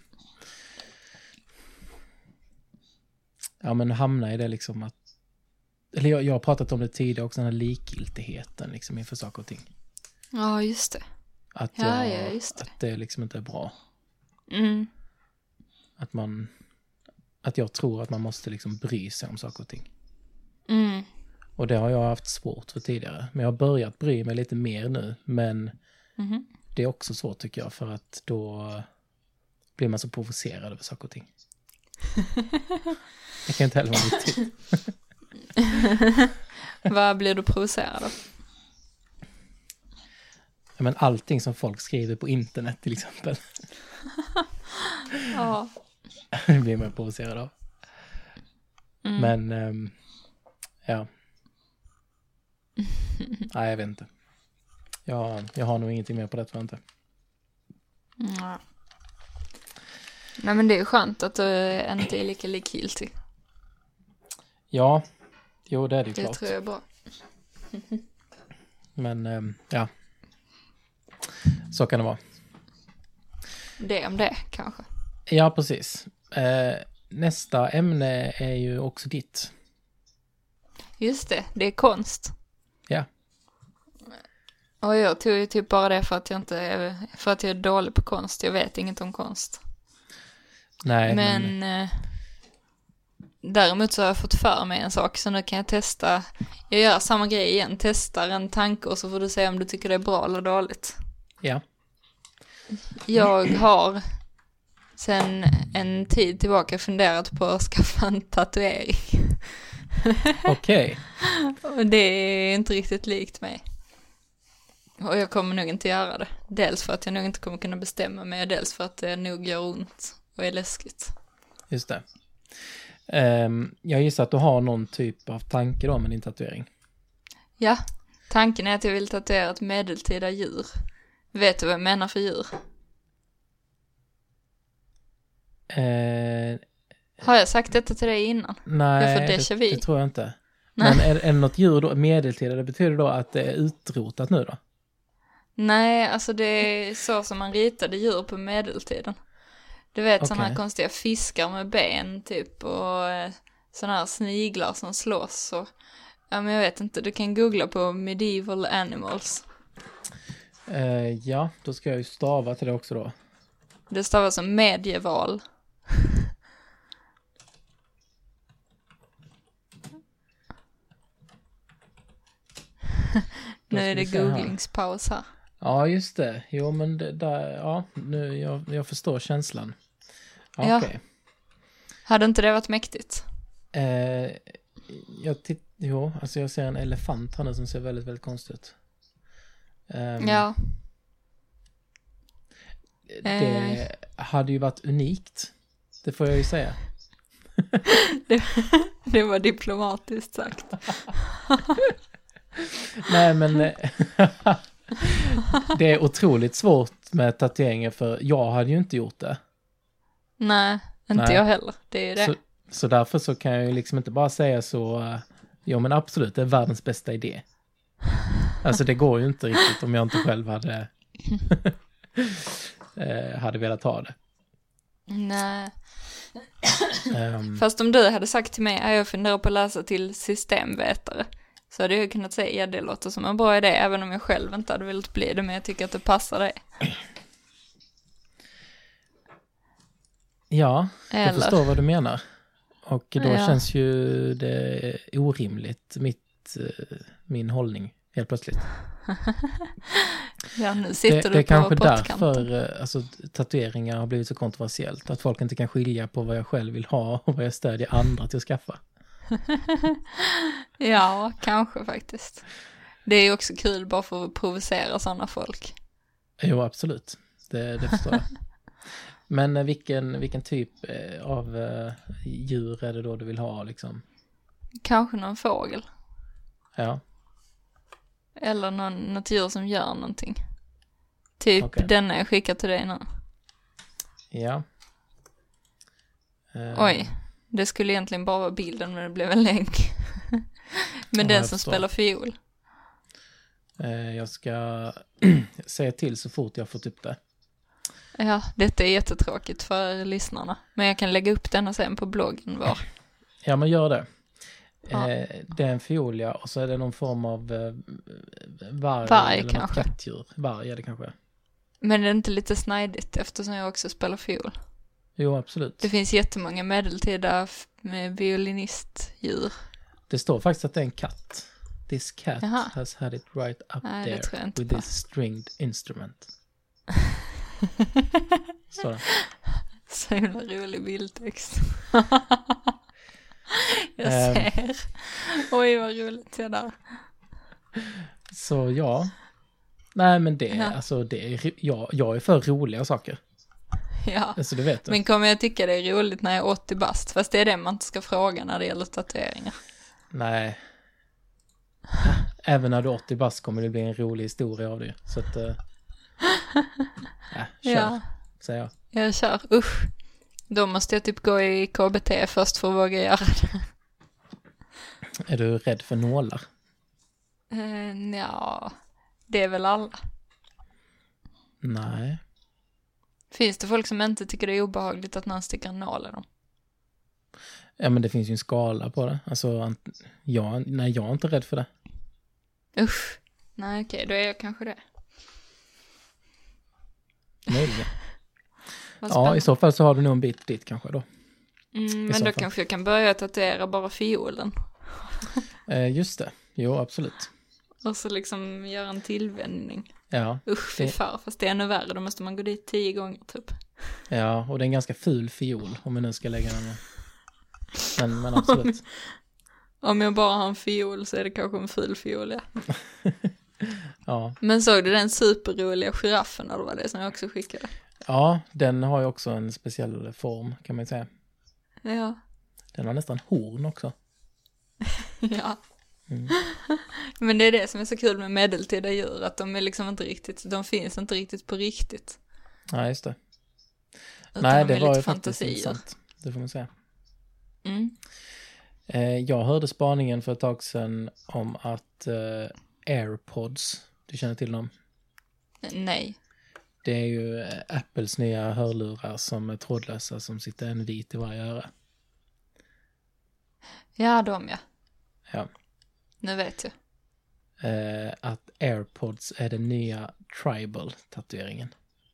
S2: Ja, men hamna i det liksom att... Eller jag, jag har pratat om det tidigare också, den här likgiltigheten liksom inför saker och ting.
S1: Ja, just det.
S2: Att,
S1: Ja,
S2: jag,
S1: ja, just det.
S2: Att det liksom inte är bra.
S1: Mm.
S2: Att man... Att jag tror att man måste liksom bry sig om saker och ting.
S1: Mm.
S2: Och det har jag haft svårt för tidigare. Men jag har börjat bry mig lite mer nu. Men
S1: Mm.
S2: det är också svårt tycker jag. För att då blir man så provocerad över saker och ting. Det kan inte heller vara riktigt.
S1: Vad blir du provocerad av?
S2: Ja, men allting som folk skriver på internet till exempel.
S1: Ja.
S2: Det blir man provocerad av.
S1: Mm.
S2: Men um, ja. Nej, jag vet inte. Jag, jag har nog ingenting mer på det, tror jag inte.
S1: Mm. Nej, men det är skönt att du inte är lika likgiltig.
S2: Ja, jo det är det ju
S1: Det
S2: klart.
S1: tror jag är bra.
S2: Men um, ja. Så kan det vara.
S1: Det om det, kanske.
S2: Ja, precis. Eh, nästa ämne är ju också ditt.
S1: Just det, det är konst.
S2: Ja.
S1: Och jag tog ju typ bara det för att jag inte är, för att jag är dålig på konst. Jag vet inget om konst.
S2: Nej,
S1: men, men... Eh, däremot så har jag fått för mig en sak, så nu kan jag testa. Jag gör samma grej igen, testar en tanke och så får du säga om du tycker det är bra eller dåligt.
S2: Ja.
S1: Jag har sen en tid tillbaka funderat på att skaffa en tatuering.
S2: Okej.
S1: Och det är inte riktigt likt mig. Och jag kommer nog inte göra det. Dels för att jag nog inte kommer kunna bestämma mig, och dels för att det nog gör ont och är läskigt.
S2: Just det. Um, jag gissar att du har någon typ av tanke då med din tatuering.
S1: Ja, tanken är att jag vill tatuera ett medeltida djur. Vet du vad jag menar för djur?
S2: Uh,
S1: Har jag sagt detta till dig innan?
S2: nej,
S1: Jag får déjà vu.
S2: det, det tror jag inte.
S1: Nej.
S2: Men är, är det något djur då, medeltida, det betyder då att det är utrotat nu då?
S1: Nej, alltså det är så som man ritade djur på medeltiden. Du vet,
S2: Okej.
S1: sådana här konstiga fiskar med ben typ, och eh, sådana här sniglar som slåss. Och, ja, men jag vet inte, du kan googla på medieval animals.
S2: Uh, ja, då ska jag ju stava till det också då.
S1: Det stavas som medieval. Nu är det
S2: ska vi se här.
S1: googlingspaus här.
S2: Ja, just det. Jo, men det där, ja, nu, jag, jag förstår känslan. Ja,
S1: Ja.
S2: okej.
S1: Hade inte det varit mäktigt?
S2: Eh, jag titt, jo, alltså jag ser en elefant här nu som ser väldigt, väldigt konstigt ut. Um,
S1: Ja.
S2: Det hade ju varit unikt. Det får jag ju säga.
S1: det, det var diplomatiskt sagt.
S2: Nej, men det är otroligt svårt med tatueringar, för jag hade ju inte gjort det.
S1: Nej, inte
S2: Nej.
S1: jag heller. Det är det.
S2: Så, så därför så kan jag ju liksom inte bara säga så, uh, ja men absolut, det är världens bästa idé. Alltså det går ju inte riktigt om jag inte själv hade uh, hade velat ha det.
S1: Nej.
S2: Um,
S1: Fast om du hade sagt till mig att jag funderar på att läsa till systemvetare, så hade jag kunnat säga, ja, det låter som en bra idé, även om jag själv inte hade velat bli det, men jag tycker att det passar dig.
S2: ja,
S1: Eller?
S2: jag förstår vad du menar. Och då
S1: Ja.
S2: känns ju det orimligt mitt ändrat uh, min hållning helt plötsligt.
S1: Ja, nu sitter
S2: det,
S1: du
S2: det är
S1: på
S2: kanske
S1: pottkanten.
S2: därför uh, alltså, tatueringar har blivit så kontroversiellt. Att folk inte kan skilja på vad jag själv vill ha och vad jag stödjer andra till att skaffa.
S1: Ja, kanske faktiskt. Det är ju också kul bara för att provocera sådana folk.
S2: Jo, absolut. Det, det förstår jag. Men uh, vilken, vilken typ uh, av uh, djur är det då du vill ha liksom?
S1: Kanske någon fågel.
S2: Ja.
S1: Eller någon, något djur som gör någonting. Typ
S2: Okay.
S1: denna jag skickar till dig nu.
S2: Ja. Uh,
S1: Oj, det skulle egentligen bara vara bilden men det blev en länk. Men
S2: ja,
S1: den
S2: jag
S1: som
S2: förstår.
S1: spelar fiol.
S2: Uh, jag ska säga till så fort jag får upp det.
S1: Ja, detta är jättetråkigt för lyssnarna. Men jag kan lägga upp denna sen på bloggen var.
S2: Ja, men gör det.
S1: Ja.
S2: Eh, det är en fiol, ja. Och så är det någon form av eh, varg,
S1: Varg,
S2: eller
S1: kanske.
S2: något kattdjur. Varg är det kanske.
S1: Men det är inte lite snajdigt eftersom jag också spelar fiol.
S2: Jo, absolut.
S1: Det finns jättemånga medeltida f- med violinistdjur.
S2: Det står faktiskt att det är en katt. This cat
S1: Jaha.
S2: has had it right up
S1: Nej, det
S2: there
S1: tror jag inte
S2: with
S1: på.
S2: this stringed instrument. Står det.
S1: Så himla rolig bildtext. Jag
S2: Ehm.
S1: ser. Oj, vad roligt det där.
S2: Så ja. Nej, men det,
S1: Ja.
S2: alltså, det är, jag, jag är för roliga saker.
S1: Ja.
S2: Alltså, det vet du.
S1: Men kommer jag tycka det är roligt när jag är åttio bast? Fast det är det man inte ska fråga när det gäller tatueringar.
S2: Nej. Även när du är åttio bast kommer det bli en rolig historia av det. Så att... Äh, kör,
S1: Ja,
S2: säger jag.
S1: jag kör. Usch. Då måste jag typ gå i K B T först för att våga göra det.
S2: Är du rädd för nålar?
S1: Uh, ja, det är väl alla.
S2: Nej.
S1: Finns det folk som inte tycker det är obehagligt att någon sticker en nål i dem?
S2: Ja, men det finns ju en skala på det. Alltså, ant- jag, nej, jag är inte rädd för det.
S1: Usch. Nej, okej, då är jag kanske det.
S2: Möjligen.
S1: Vad
S2: Ja,
S1: spännande.
S2: i så fall så har du nog en bit dit kanske då.
S1: Mm,
S2: så
S1: men då
S2: fall.
S1: kanske jag kan börja tatuera bara fiolen.
S2: Eh, just det. Jo, absolut.
S1: Och så liksom göra en tillvänjning.
S2: Ja,
S1: Usch, fy
S2: Det-
S1: far. Fast det är ännu värre. Då måste man gå dit tio gånger typ.
S2: ja, och det är en ganska ful fiol om vi nu ska lägga den. Men, men absolut.
S1: Om jag bara har en fiol så är det kanske en ful fiol, ja.
S2: Ja.
S1: Men såg du den superroliga giraffen eller vad det är som jag också skickade?
S2: ja, den har ju också en speciell form kan man ju säga.
S1: Ja.
S2: Den har nästan horn också.
S1: Ja.
S2: Mm.
S1: Men det är det som är så kul med medeltida djur. Att de är liksom inte riktigt, de finns inte riktigt på riktigt.
S2: Ja, just det.
S1: Utan
S2: Nej,
S1: de
S2: det
S1: är
S2: var
S1: lite
S2: ju faktiskt
S1: fantasier.
S2: intressant. Det får man säga.
S1: Mm.
S2: Eh, jag hörde spaningen för ett tag sedan om att eh, AirPods, du känner till dem?
S1: Nej.
S2: Det är ju eh, Apples nya hörlurar som är trådlösa som sitter en vit i varje öra.
S1: Ja, de ja.
S2: Ja.
S1: Nu vet jag.
S2: Eh, att AirPods är den nya tribal-tatueringen.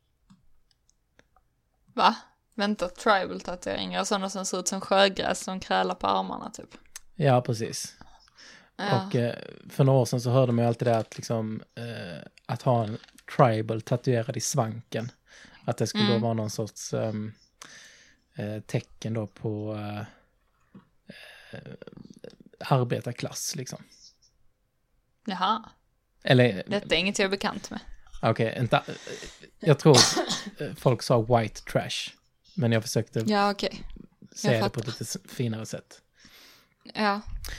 S1: Va? Vänta, tribal-tatueringar. Sådana som ser ut som sjögräs som krälar på armarna typ.
S2: Ja, precis.
S1: Ja.
S2: Och eh, för några år sedan så hörde man ju alltid det att liksom eh, att ha en tribal tatuerad i svanken. Att det skulle
S1: Mm.
S2: då vara någon sorts um, eh, tecken då på eh, eh, arbetarklass liksom.
S1: Jaha.
S2: Eller,
S1: Detta är inget jag är bekant med.
S2: okej, inte, jag tror eh, folk sa white trash. Men jag försökte
S1: Ja, okej.
S2: säga det
S1: fattar.
S2: på ett lite s- finare sätt.
S1: Ja.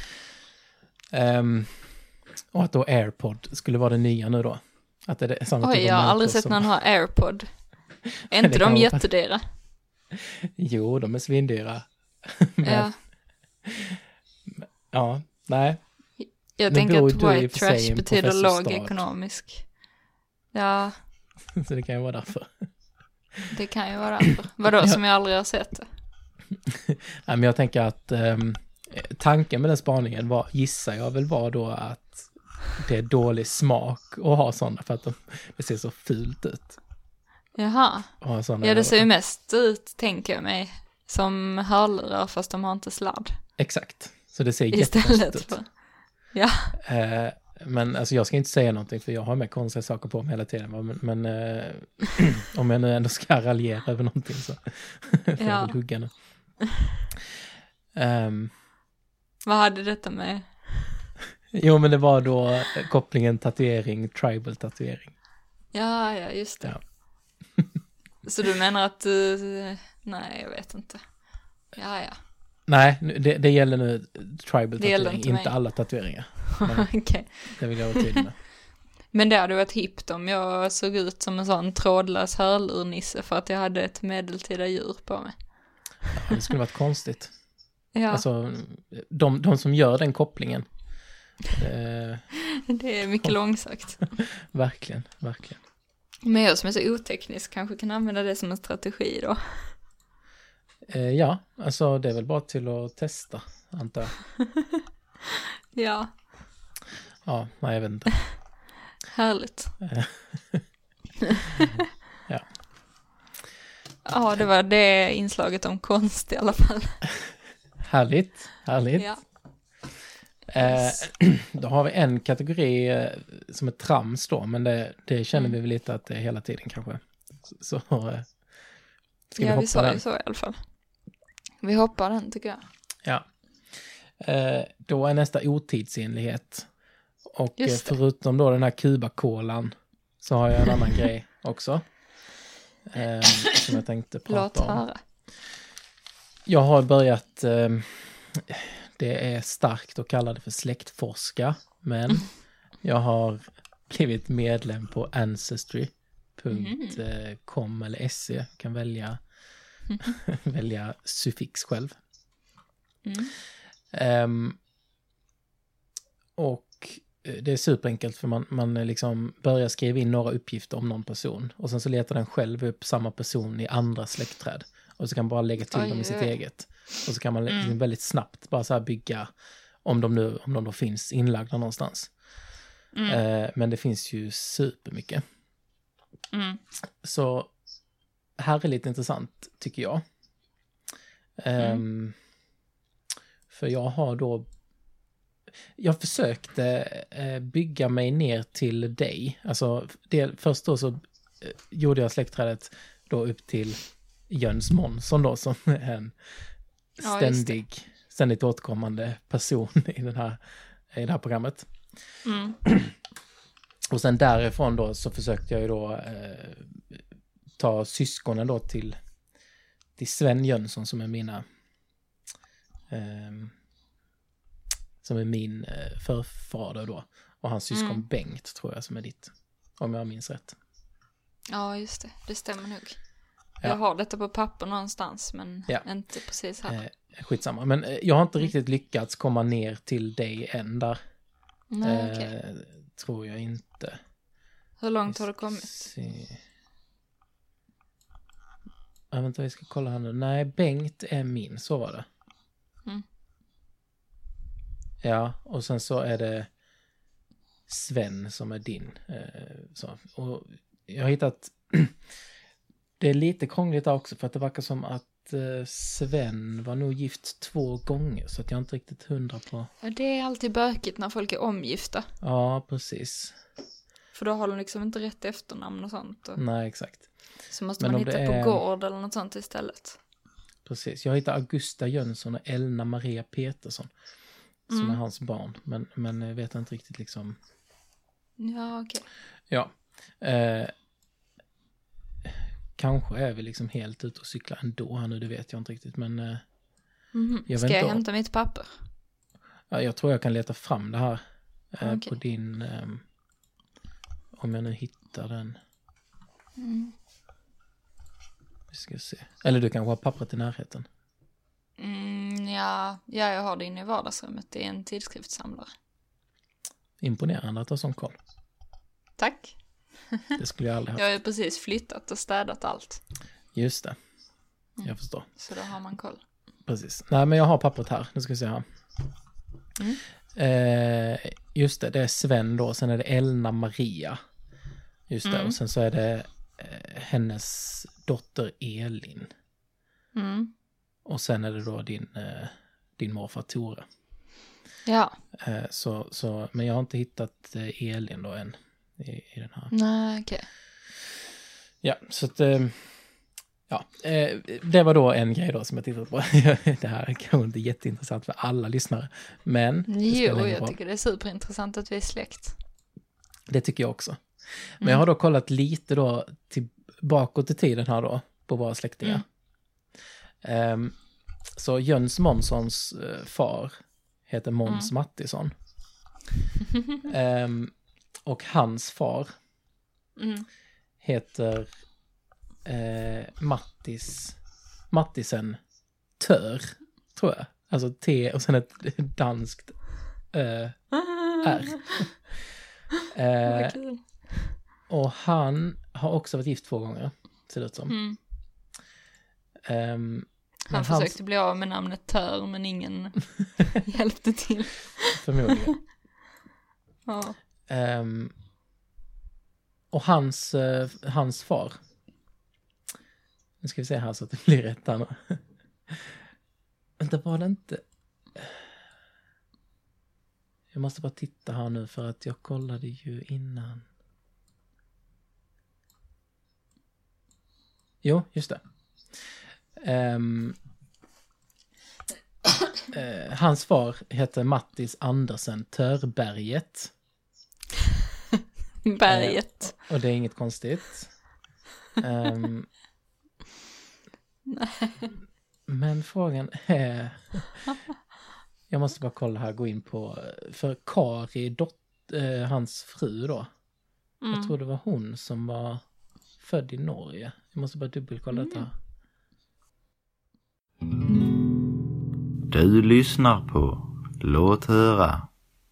S2: Ehm, och att då AirPod skulle vara det nya nu då. Att det är samma
S1: Oj,
S2: typ av
S1: jag har
S2: människor
S1: aldrig sett
S2: som-
S1: någon ha AirPod. Är
S2: Det
S1: inte
S2: kan
S1: de
S2: vara-
S1: jättedyra?
S2: Jo, de är svindyra. Men,
S1: Ja.
S2: ja, nej.
S1: Jag
S2: Nu
S1: tänker
S2: bor
S1: att
S2: du i och
S1: white
S2: för sig i
S1: trash
S2: en
S1: betyder låg
S2: professorstad.
S1: ekonomisk. Ja,
S2: Så det kan ju vara därför.
S1: det kan ju vara därför. Vadå,
S2: Ja.
S1: som jag aldrig har sett det?
S2: Nej, men jag tänker att um, tanken med den spaningen var, gissar jag väl var då att det är dålig smak att ha sådana för att de, det ser så fult ut.
S1: Jaha.
S2: Att ha såna
S1: Ja, det ser ju
S2: öron.
S1: mest ut, tänker jag mig, som hörlurar fast de har inte sladd.
S2: Exakt. Så det ser jättefint
S1: Istället
S2: ut.
S1: för... Ja.
S2: Eh, men alltså jag ska inte säga någonting för jag har med konstiga saker på mig hela tiden. Va? Men, men eh, om jag nu ändå ska raljera över någonting så får jag väl hugga nu. Um,
S1: Vad hade detta med?
S2: Jo, men det var då kopplingen tatuering, tribal tatuering.
S1: Ja, ja, just det.
S2: Ja.
S1: Så du menar att du... Nej, jag vet inte. Ja, ja.
S2: Nej, det, det gäller nu tribal
S1: Det gäller
S2: tatuering,
S1: inte
S2: inte,
S1: mig.
S2: alla tatueringar.
S1: Okej. Okay.
S2: Det vill jag vara tydlig med.
S1: Men det hade varit hippt om jag såg ut som en sån trådlös hörlurnisse för att jag hade ett medeltida djur på mig.
S2: Ja, det skulle varit konstigt.
S1: Ja.
S2: Alltså, de, de som gör den kopplingen. Eh,
S1: det är mycket långsökt.
S2: verkligen, verkligen.
S1: Men jag som är så oteknisk kanske kan använda det som en strategi då.
S2: Eh, ja, alltså det är väl bara till att testa, antar jag.
S1: Ja.
S2: Ja, nej jag vet inte.
S1: Härligt.
S2: ja.
S1: Ja, det var det inslaget om konst i alla fall.
S2: Härligt, härligt.
S1: Ja.
S2: Eh, då har vi en kategori eh, som är trams då, men det, det känner
S1: Mm.
S2: vi väl lite att det är hela tiden kanske. Så, så eh, ska vi
S1: Ja,
S2: hoppa
S1: vi sa
S2: den?
S1: ju så i alla fall. Vi hoppar den tycker jag.
S2: Ja. Eh, då är nästa otidsenlighet. Och eh,
S1: Just det.
S2: förutom då den här Cuba-kolan så har jag en annan grej också. Eh, som jag tänkte prata
S1: Låt
S2: om.
S1: höra.
S2: Jag har börjat, eh, det är starkt att kalla det för släktforska, men jag har blivit medlem på ancestry punkt com eller se. Kan välja, välja suffix själv.
S1: Mm.
S2: Um, och det är superenkelt för man, man liksom börjar skriva in några uppgifter om någon person och sen så letar den själv upp samma person i andra släktträd och så kan man bara lägga till
S1: Oj,
S2: dem i sitt
S1: oj.
S2: eget och så kan man liksom
S1: Mm.
S2: väldigt snabbt bara så här bygga om de nu om de då finns inlagda någonstans.
S1: Mm.
S2: Eh, men det finns ju supermycket.
S1: Mm.
S2: Så här är lite intressant tycker jag.
S1: Mm.
S2: Um, för jag har då jag försökte eh, bygga mig ner till dig. Alltså det, först då så eh, gjorde jag släktträdet då upp till Jöns Månsson då som är en
S1: Ja, just
S2: ständig, ständigt återkommande person i, den här, i det här programmet.
S1: Mm.
S2: Och sen därifrån då så försökte jag ju då eh, ta syskonen då till, till Sven Jönsson som är mina eh, som är min eh, förfader då. Och hans syskon
S1: Mm.
S2: Bengt tror jag som är ditt. Om jag minns rätt.
S1: Ja, just det. Det stämmer nog.
S2: Ja.
S1: Jag har detta på papper någonstans, men
S2: Ja.
S1: inte precis här.
S2: Eh, skitsamma. Men eh, jag har inte riktigt lyckats komma ner till dig än där.
S1: Nej,
S2: eh,
S1: okej.
S2: Tror jag inte.
S1: Hur långt har du kommit?
S2: Se. Jag vet inte vad jag ska kolla här nu. Nej, Bengt är min. Så var det.
S1: Mm.
S2: Ja, och sen så är det Sven som är din. Eh, så. Och jag har hittat... det är lite krångligt där också för att det verkar som att eh, Sven var nog gift två gånger så att jag är inte riktigt hundra på...
S1: Ja, det är alltid bökigt när folk är omgifta.
S2: Ja, precis.
S1: För då har de liksom inte rätt efternamn och sånt. Och
S2: Nej, exakt.
S1: så måste
S2: Men
S1: man
S2: om
S1: hitta
S2: det
S1: på
S2: är-
S1: gård eller något sånt istället.
S2: Precis. Jag hittar Augusta Jönsson och Elna Maria Petersson som
S1: Mm.
S2: är hans barn. Men, men jag vet inte riktigt liksom...
S1: Ja, okej.
S2: Ja. Eh, kanske är vi liksom helt ute och cyklar ändå här nu, det vet jag inte riktigt. Men eh,
S1: Mhm.
S2: Jag
S1: Ska
S2: vet
S1: jag
S2: inte.
S1: hämta mitt papper?
S2: ja, jag tror jag kan leta fram det här eh,
S1: Okej.
S2: på din... ehm, om jag nu hittar den.
S1: Mm.
S2: Vi ska se. Eller du kanske har pappret i närheten.
S1: Mm, ja, ja, jag har det inne i vardagsrummet. Det är en tidskriftssamlare.
S2: Imponerande att ha sån koll.
S1: Tack.
S2: Det skulle jag aldrig ha.
S1: Jag har ju precis flyttat och städat allt.
S2: Just det. Jag förstår.
S1: Så då har man koll.
S2: Precis. Nej, men jag har pappret här. Nu ska vi se här.
S1: Mm.
S2: Eh, just det, det är Sven då. Sen är det Elna Maria. Just det.
S1: Mm.
S2: Och sen så är det eh, hennes dotter Elin.
S1: Mm.
S2: Och sen är det då din, eh, din morfar Tore.
S1: Ja.
S2: Eh, så, så, men jag har inte hittat eh, Elin då än i, i den här.
S1: Nej, okej. Okay.
S2: Ja, så att... Eh, ja, eh, det var då en grej då som jag tittade på. Det här är kanske inte jätteintressant för alla lyssnare. Men...
S1: Jo, jag tycker det är superintressant att vi är släkt.
S2: Det tycker jag också. Men
S1: mm.
S2: jag har då kollat lite då till, bakåt i tiden här då på våra släktingar. Mm. Um, så Jöns Månssons uh, far heter Måns mm. Mattisson. um, och hans far mm. heter uh, Mattis Mattisen Tör, tror jag. Alltså T och sen ett danskt uh, R. uh, och han har också varit gift två gånger, ser det ut som.
S1: Mm.
S2: Um,
S1: han försökte hans... bli av med namnet Tör, men ingen hjälpte till.
S2: Förmodligen.
S1: Ja.
S2: Um, och hans, uh, hans far. Nu ska vi se här så att det blir rätt här nu. Vänta, var det inte... Jag måste bara titta här nu för att jag kollade ju innan. Jo, just det. Um, uh, hans far heter Mattis Andersen Törberget.
S1: Berget.
S2: Uh, och det är inget konstigt. Um,
S1: Nej.
S2: Men frågan är... Jag måste bara kolla här, gå in på... För Kari, dot, uh, hans fru då. Mm. Jag tror det var hon som var född i Norge. Jag måste bara dubbelkolla mm. detta.
S3: Du lyssnar på Låt höra.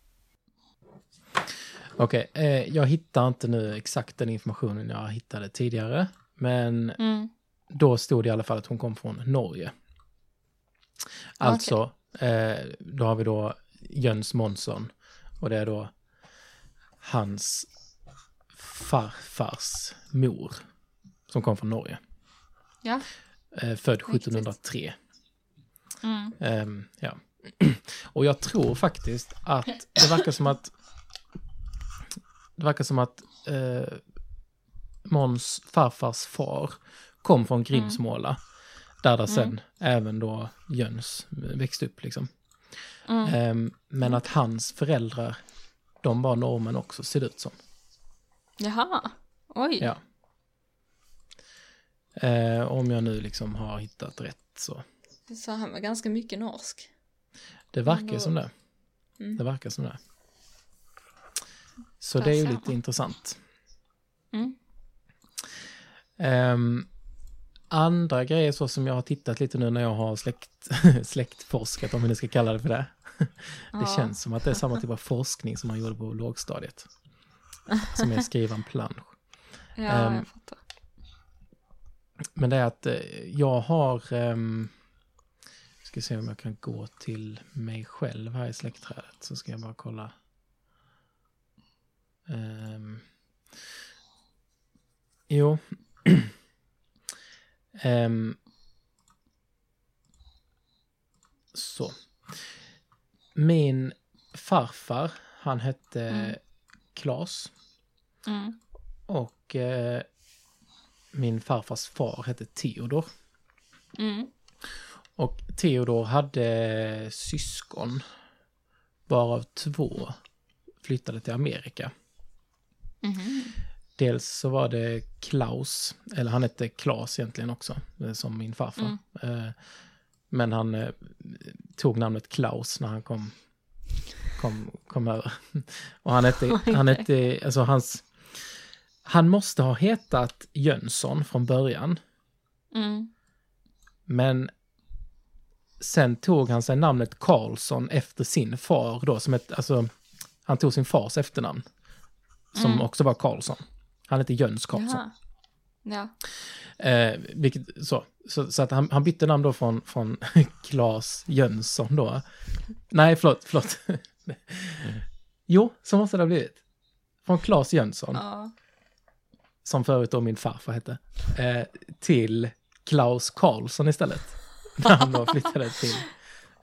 S2: Okej, okay, eh, jag hittar inte nu exakt den informationen jag hittade tidigare. Men mm. då stod det i alla fall att hon kom från Norge. Alltså, okay. eh, då har vi då Jöns Månsson. Och det är då hans farfars mor som kom från Norge.
S1: Ja.
S2: Eh, född sjuttonhundratre. Mm. Um, ja. Och jag tror faktiskt att det verkar som att det verkar som att uh, Måns farfars far kom från Grimsmåla. Mm. Där det sen mm. även då Jöns växte upp liksom. Mm. Um, men att hans föräldrar, de var norrmän också, ser det ut som.
S1: Jaha, oj.
S2: Ja. Uh, om jag nu liksom har hittat rätt så.
S1: Så han var ganska mycket norsk.
S2: Det verkar då... som det. Mm. Det verkar som det. Så det är ju lite intressant.
S1: Mm.
S2: Um, andra grejer så som jag har tittat lite nu när jag har släkt, släktforskat, om vi nu ska kalla det för det. Det ja. Känns som att det är samma typ av forskning som man gjorde på lågstadiet. Som är skriva en plansch.
S1: Ja, um, jag fattar.
S2: Men det är att jag har... Um, ska se om jag kan gå till mig själv här i släktträdet. Så ska jag bara kolla. Um, jo. um, så. Min farfar, han hette mm. Klas.
S1: Mm.
S2: Och uh, min farfars far hette Theodor.
S1: Mm.
S2: Och Theodor hade syskon, varav två flyttade till Amerika.
S1: Mm-hmm.
S2: Dels så var det Klaus, eller han hette Klas egentligen också, som min farfar. Mm. Men han tog namnet Klaus när han kom, kom, kom över. Och han hette, okay. han hette, alltså hans, han måste ha hetat Jönsson från början.
S1: Mm. Men
S2: sen tog han sig namnet Karlsson efter sin far då, som ett, alltså han tog sin fars efternamn som mm. också var Karlsson. Han hette Jöns Karlsson.
S1: Ja.
S2: Eh, vilket, så så, så att han, han bytte namn då från, från Klas Jönsson då. Nej, förlåt, förlåt. Jo, så måste det ha blivit. Från Klas Jönsson.
S1: Ja.
S2: Som förut då min farfar hette. Eh, till Klaus Karlsson istället. När han då flyttade till,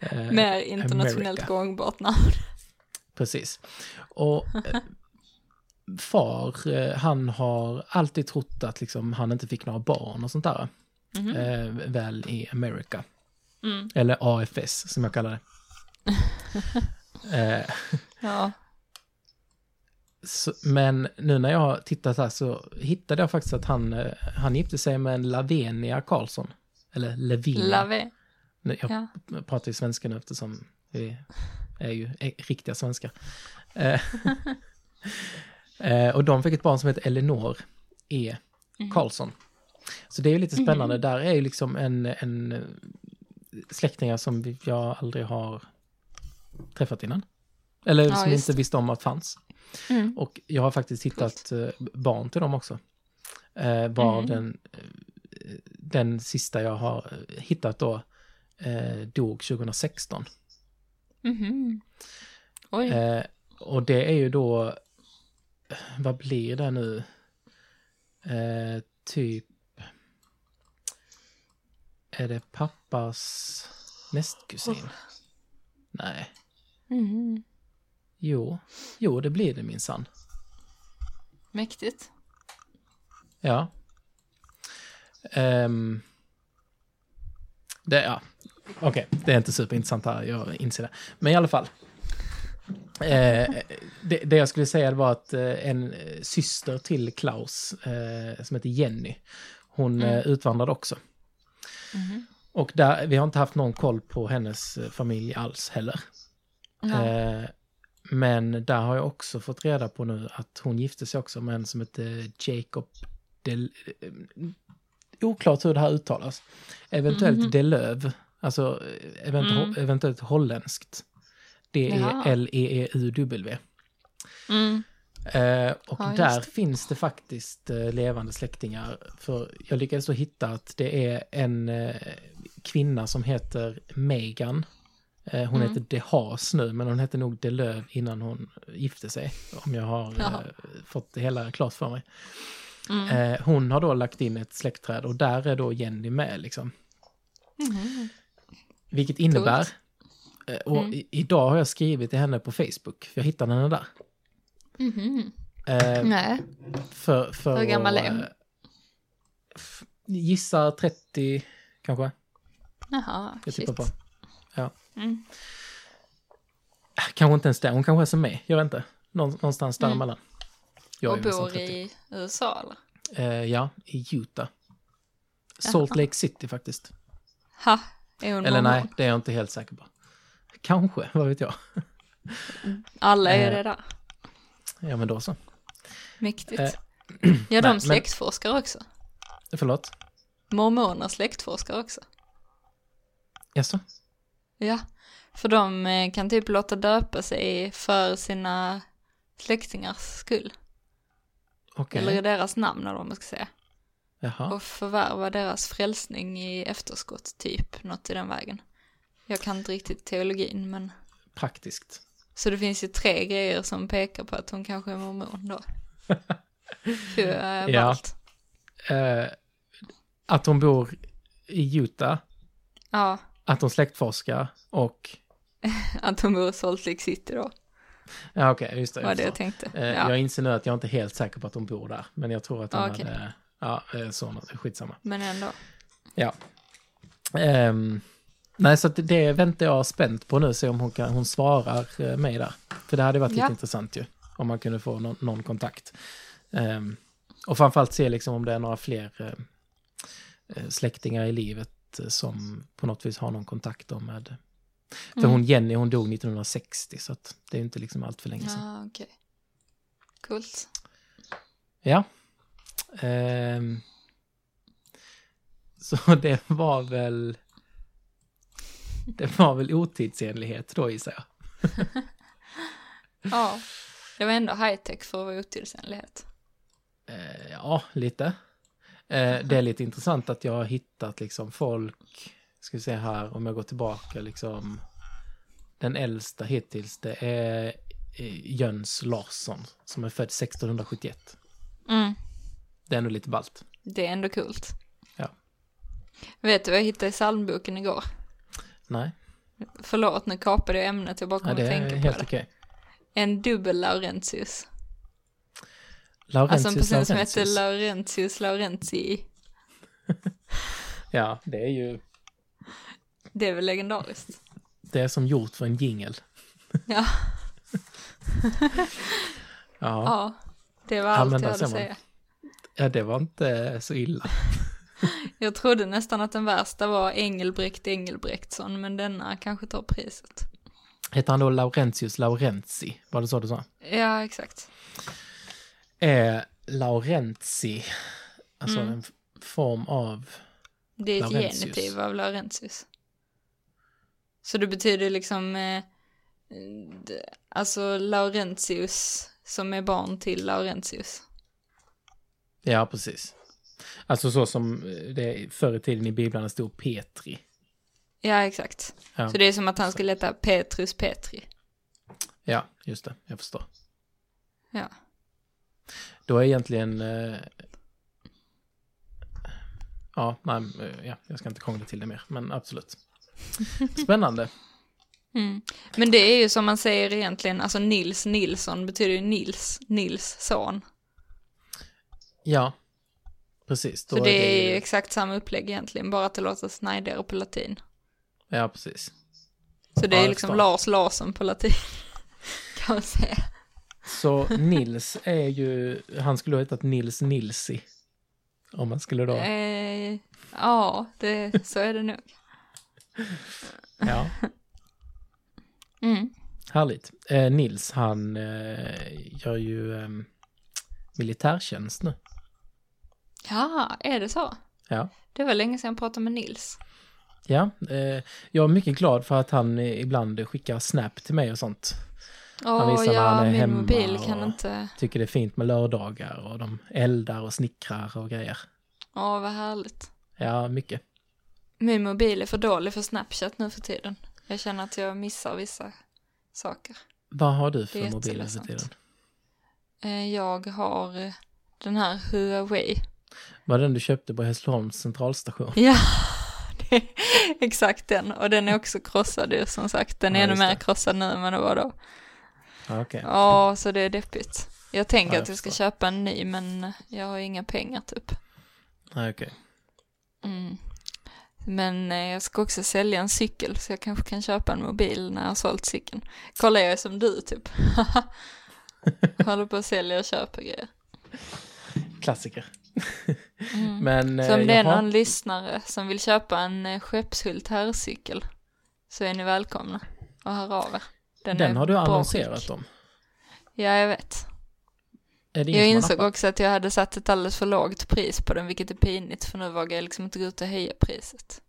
S2: Eh,
S1: Mer internationellt
S2: America.
S1: gångbart namn.
S2: Precis. Och eh, far, eh, han har alltid trott att liksom, han inte fick några barn och sånt där.
S1: Mhm.
S2: Eh, väl i America.
S1: Mm.
S2: Eller A F S som jag kallar det. eh,
S1: Ja.
S2: så, men nu när jag har tittat här så hittade jag faktiskt att han, eh, han gifte sig med en Lavenia Karlsson. Eller Levinia.
S1: Lave.
S2: Nu, Jag
S1: Ja.
S2: pratar ju svenska nu eftersom vi är ju är riktiga svenskar. Eh, eh, och de fick ett barn som heter Eleanor E. Karlsson. Så det är ju lite spännande. Där är ju liksom en, en släktingar som vi- jag aldrig har träffat innan. Eller
S1: Ja,
S2: som
S1: just
S2: inte visste om att fanns.
S1: Mm.
S2: Och jag har faktiskt hittat eh, barn till dem också. Eh, var
S1: Mm.
S2: den, eh, den sista jag har hittat då eh, dog tjugohundrasexton.
S1: Mhm. Oj.
S2: Eh, och det är ju då, vad blir det nu? Eh, typ, är det pappas nästkusin? Nej.
S1: Mhm.
S2: Jo, jo det blir det minsann.
S1: Mäktigt.
S2: Ja. Ehm, det, ja. Okej, det är inte superintressant här, jag inser det. Men i alla fall. Eh, det, det jag skulle säga var att eh, en eh, syster till Klaus, eh, som heter Jenny, hon eh, utvandrade också.
S1: Mhm.
S2: Och där, vi har inte haft någon koll på hennes eh, familj alls heller.
S1: Ja.
S2: Eh, men där har jag också fått reda på nu att hon gifte sig också med en som heter Jacob Del... eh, Oklart hur det här uttalas. Eventuellt
S1: Mhm.
S2: Delöv. Alltså event-
S1: Mm.
S2: eventuellt holländskt. Det
S1: Jaha.
S2: är L E E U W.
S1: Mm.
S2: Eh, och
S1: Ja, just
S2: där
S1: det.
S2: finns det faktiskt eh, levande släktingar. För jag lyckades så hitta att det är en eh, kvinna som heter Megan. Eh, hon
S1: Mm.
S2: heter De Haas nu, men hon hette nog Delöv innan hon gifte sig. Om jag har
S1: Jaha.
S2: eh, fått det hela klart för mig.
S1: Mm.
S2: Eh, hon har då lagt in ett släktträd och där är då Jenny med liksom.
S1: Mhm.
S2: Vilket innebär,
S1: Coolt.
S2: eh, och
S1: Mm.
S2: i, idag har jag skrivit till henne på Facebook, för jag hittade henne där.
S1: Mhm.
S2: Eh,
S1: Nej.
S2: för, för
S1: Hur gammal
S2: att,
S1: är hon?
S2: eh, f- Gissar trettio kanske,
S1: Jaha,
S2: jag
S1: shit.
S2: tippar på. Ja.
S1: Mm.
S2: Kanske inte ens det, hon kanske är som mig, jag vet inte. Någon, någonstans
S1: Mm.
S2: däremellan. Jag
S1: Och
S2: är väl som
S1: bor
S2: trettio.
S1: i U S A eller?
S2: Eh, ja, i Utah. Salt
S1: Jaha.
S2: Lake City faktiskt.
S1: Ha, är hon
S2: Eller
S1: mormon?
S2: nej, det är jag inte helt säker på. Kanske, vad vet jag.
S1: Alla är
S2: Eh,
S1: det där.
S2: Ja, men då så.
S1: Mäktigt.
S2: eh,
S1: ja, de
S2: men-
S1: släktforskar också.
S2: Förlåt?
S1: Mormoner släktforskar också.
S2: Jaså?
S1: Ja, för de eh, kan typ låta döpa sig för sina släktingars skull.
S2: Okej.
S1: Eller i deras namn eller vad man ska säga.
S2: Jaha.
S1: Och förvärva deras frälsning i efterskott, typ. Något i den vägen. Jag kan inte riktigt teologin, men...
S2: Praktiskt.
S1: Så det finns ju tre grejer som pekar på att hon kanske är mormon då. Fy, äh,
S2: Ja.
S1: ballt.
S2: Eh, att hon bor i Utah,
S1: Ja,
S2: att hon släktforskar och...
S1: att hon bor i Salt Lake City då.
S2: Ja, okej, just det.
S1: Var
S2: Jag,
S1: det jag
S2: förstår.
S1: tänkte.
S2: eh,
S1: Ja,
S2: jag inser nu att jag inte är helt säker på att hon bor där. Men jag tror att hon
S1: Ah, okej.
S2: hade... Ja, eh, så, skitsamma.
S1: men ändå.
S2: Ja. Ehm, nej, så att det, det väntar jag spänt på nu, se om hon, kan, hon svarar eh, mig där. För det hade varit lite
S1: Ja.
S2: intressant ju, om man kunde få någon, någon kontakt. Ehm, och framförallt se liksom om det är några fler eh, släktingar i livet eh, som på något vis har någon kontakt då med... För
S1: Mm.
S2: hon Jenny, hon dog nittonhundrasextio, så att det är inte liksom allt för länge sedan.
S1: Ja, okej. Coolt.
S2: Ja. Ehm, så det var väl... Det var väl otidsenlighet då, gissar jag.
S1: Ja, det var ändå high-tech för att vara otidsenlighet.
S2: Eh, ja, lite. Eh, det är lite intressant att jag har hittat liksom folk, ska vi se här, om jag går tillbaka liksom, den äldsta hittills, det är eh, Jöns Larsson som är född sextonhundrasjuttioett.
S1: Mm,
S2: Det är ändå lite ballt.
S1: det är ändå coolt.
S2: Ja.
S1: Vet du vad jag hittade i psalmboken igår?
S2: Nej.
S1: Förlåt, nu kapade jag ämnet. Jag bara kommer
S2: Ja,
S1: att tänka på det.
S2: det är helt okej.
S1: En dubbel Laurentius.
S2: Laurentius,
S1: Alltså en person som
S2: Laurentius.
S1: heter Laurentius Laurentii.
S2: Ja, det är ju
S1: Det är väl legendariskt.
S2: det är som gjort för en jingle.
S1: Ja.
S2: Ja.
S1: Ja, det var
S2: Ja,
S1: allt
S2: men
S1: jag
S2: där
S1: hade
S2: ser
S1: att
S2: man.
S1: säga.
S2: Ja, det var inte så illa.
S1: Jag trodde nästan att den värsta var Engelbrekt Engelbrektsson, men denna kanske tar priset.
S2: Heter han då Laurentius Laurentii? Var det så du sa?
S1: Ja, exakt.
S2: Är Laurentii alltså
S1: Mm.
S2: en f- form av...
S1: Det är ett
S2: Laurentius.
S1: genitiv av Laurentius. Så det betyder liksom eh, d- alltså Laurentius som är barn till Laurentius.
S2: Ja, precis. Alltså så som det förr i tiden i biblarna stod Petri.
S1: Ja, exakt.
S2: Ja.
S1: Så det är som att han skulle heta Petrus Petri.
S2: Ja, just det. Jag förstår.
S1: Ja.
S2: Då är egentligen... Eh... Ja, nej, eh, ja, jag ska inte krångla till det mer, men absolut. Spännande.
S1: Mm. Men det är ju som man säger egentligen, alltså Nils Nilsson betyder ju Nils, Nils son.
S2: Ja, precis. Då
S1: Så det är ju
S2: ju-
S1: exakt samma upplägg egentligen, bara att det låter snajdigare på latin.
S2: Ja, precis.
S1: Så det
S2: Ja,
S1: är
S2: jag
S1: liksom
S2: förstår.
S1: Lars Larsson på latin, kan man säga.
S2: Så Nils är ju... Han skulle ha hetat Nils Nilsi. Om man skulle då...
S1: Eh, ja, det, så är det nog.
S2: Ja,
S1: Mm.
S2: härligt. Eh, Nils, han eh, gör ju eh, militärtjänst nu.
S1: Ja, är det så?
S2: Ja.
S1: Det var länge sedan jag pratade med Nils.
S2: Ja, eh, jag är mycket glad för att han eh, ibland skickar snap till mig och sånt. Han
S1: Åh
S2: visar när
S1: ja,
S2: han är
S1: min
S2: hemma
S1: mobil kan
S2: och-
S1: inte...
S2: Tycker det är fint med lördagar och de eldar och snickrar och grejer.
S1: Åh, vad härligt.
S2: Ja, mycket.
S1: Min mobil är för dålig för Snapchat nu för tiden. Jag känner att jag missar vissa saker.
S2: Vad har du
S1: Det
S2: för
S1: är
S2: mobil för
S1: jätteledsamt.
S2: tiden?
S1: Eh, Jag har eh, den här Huawei.
S2: Var den du köpte på Hässleholms centralstation?
S1: Ja, det är exakt den. Och den är också krossad ju, som sagt. Den är
S2: Ja,
S1: ännu
S2: just
S1: mer
S2: det.
S1: krossad nu än vad det var då.
S2: Ja, okej.
S1: Ja, så det är deppigt. Jag tänker
S2: Ja, jag
S1: att jag ska
S2: förstår.
S1: köpa en ny, men jag har inga pengar typ.
S2: Ja, okej.
S1: Mm. Men eh, jag ska också sälja en cykel, så jag kanske kan köpa en mobil när jag har sålt cykeln. Kolla, jag är som du typ. Håller på att sälja och köpa grejer.
S2: Klassiker.
S1: Mm.
S2: Men
S1: Så om
S2: eh,
S1: det är
S2: jaha.
S1: någon lyssnare som vill köpa en eh, Skeppshult herrcykel, så är ni välkomna och hör av er.
S2: Den,
S1: är
S2: har du
S1: bra
S2: annonserat
S1: skick.
S2: om.
S1: Ja, jag vet.
S2: Är det
S1: Jag
S2: ingen som har
S1: insåg
S2: nappat?
S1: också att jag hade satt ett alldeles för lågt pris på den, vilket är pinigt, för nu vågar jag liksom inte gå ut och höja priset.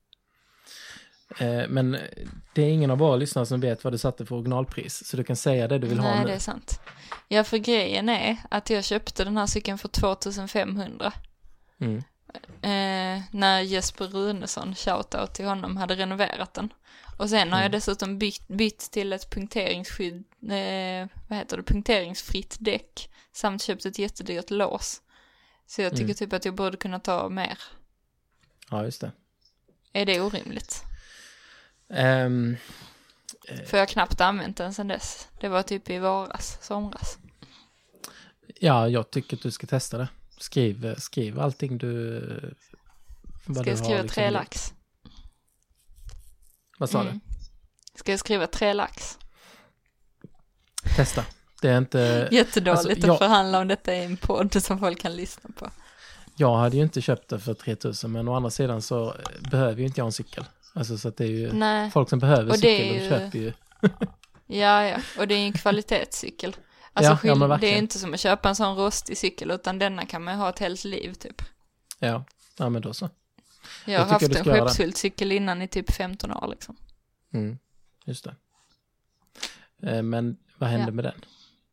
S2: Eh, men det är ingen av våra lyssnare som vet vad du satte för originalpris. Så du kan säga det du vill
S1: Nej,
S2: ha nu.
S1: det är sant. Ja, för grejen är att jag köpte den här cykeln för tvåtusenfemhundra.
S2: Mm.
S1: Eh, när Jesper Runesson, shoutout till honom, hade renoverat den. Och sen har jag
S2: Mm.
S1: dessutom bytt, bytt till ett punkteringsskydd, eh, vad heter det, punkteringsfritt däck, samt köpt ett jättedyrt lås. Så jag tycker
S2: Mm.
S1: typ att jag borde kunna ta mer.
S2: Ja, just det.
S1: Är det orimligt?
S2: Ehm,
S1: För jag har knappt använt den sedan dess. Det var typ i våras, somras.
S2: ja, jag tycker att du ska testa det. Skriv, skriv allting du... vad
S1: Ska
S2: du
S1: jag
S2: har
S1: skriva
S2: liksom
S1: tre
S2: gjort.
S1: lax?
S2: Vad sa
S1: Mm.
S2: du?
S1: Ska jag skriva tre lax?
S2: Testa. Det är inte...
S1: Jättedåligt
S2: alltså, jag-
S1: att förhandla om detta i en podd som folk kan lyssna på.
S2: Jag hade ju inte köpt det för tre tusen, men å andra sidan så behöver ju inte jag en cykel. Alltså så att det är ju
S1: Nej,
S2: folk som behöver
S1: Och det är
S2: cykel, de
S1: ju-
S2: köper ju...
S1: ja, ja. Och det är en kvalitetscykel. Alltså
S2: Ja, ja, men
S1: skill- det är
S2: verkligen.
S1: inte som att köpa en sån rostig cykel, utan denna kan man ha ett helt liv typ.
S2: Ja, ja men då så.
S1: Jag har
S2: tycker
S1: haft
S2: du
S1: en
S2: ska göra det.
S1: Skeppshult-cykel innan i typ femton år liksom.
S2: Mm, just det. Eh, Men vad hände
S1: Ja.
S2: med den?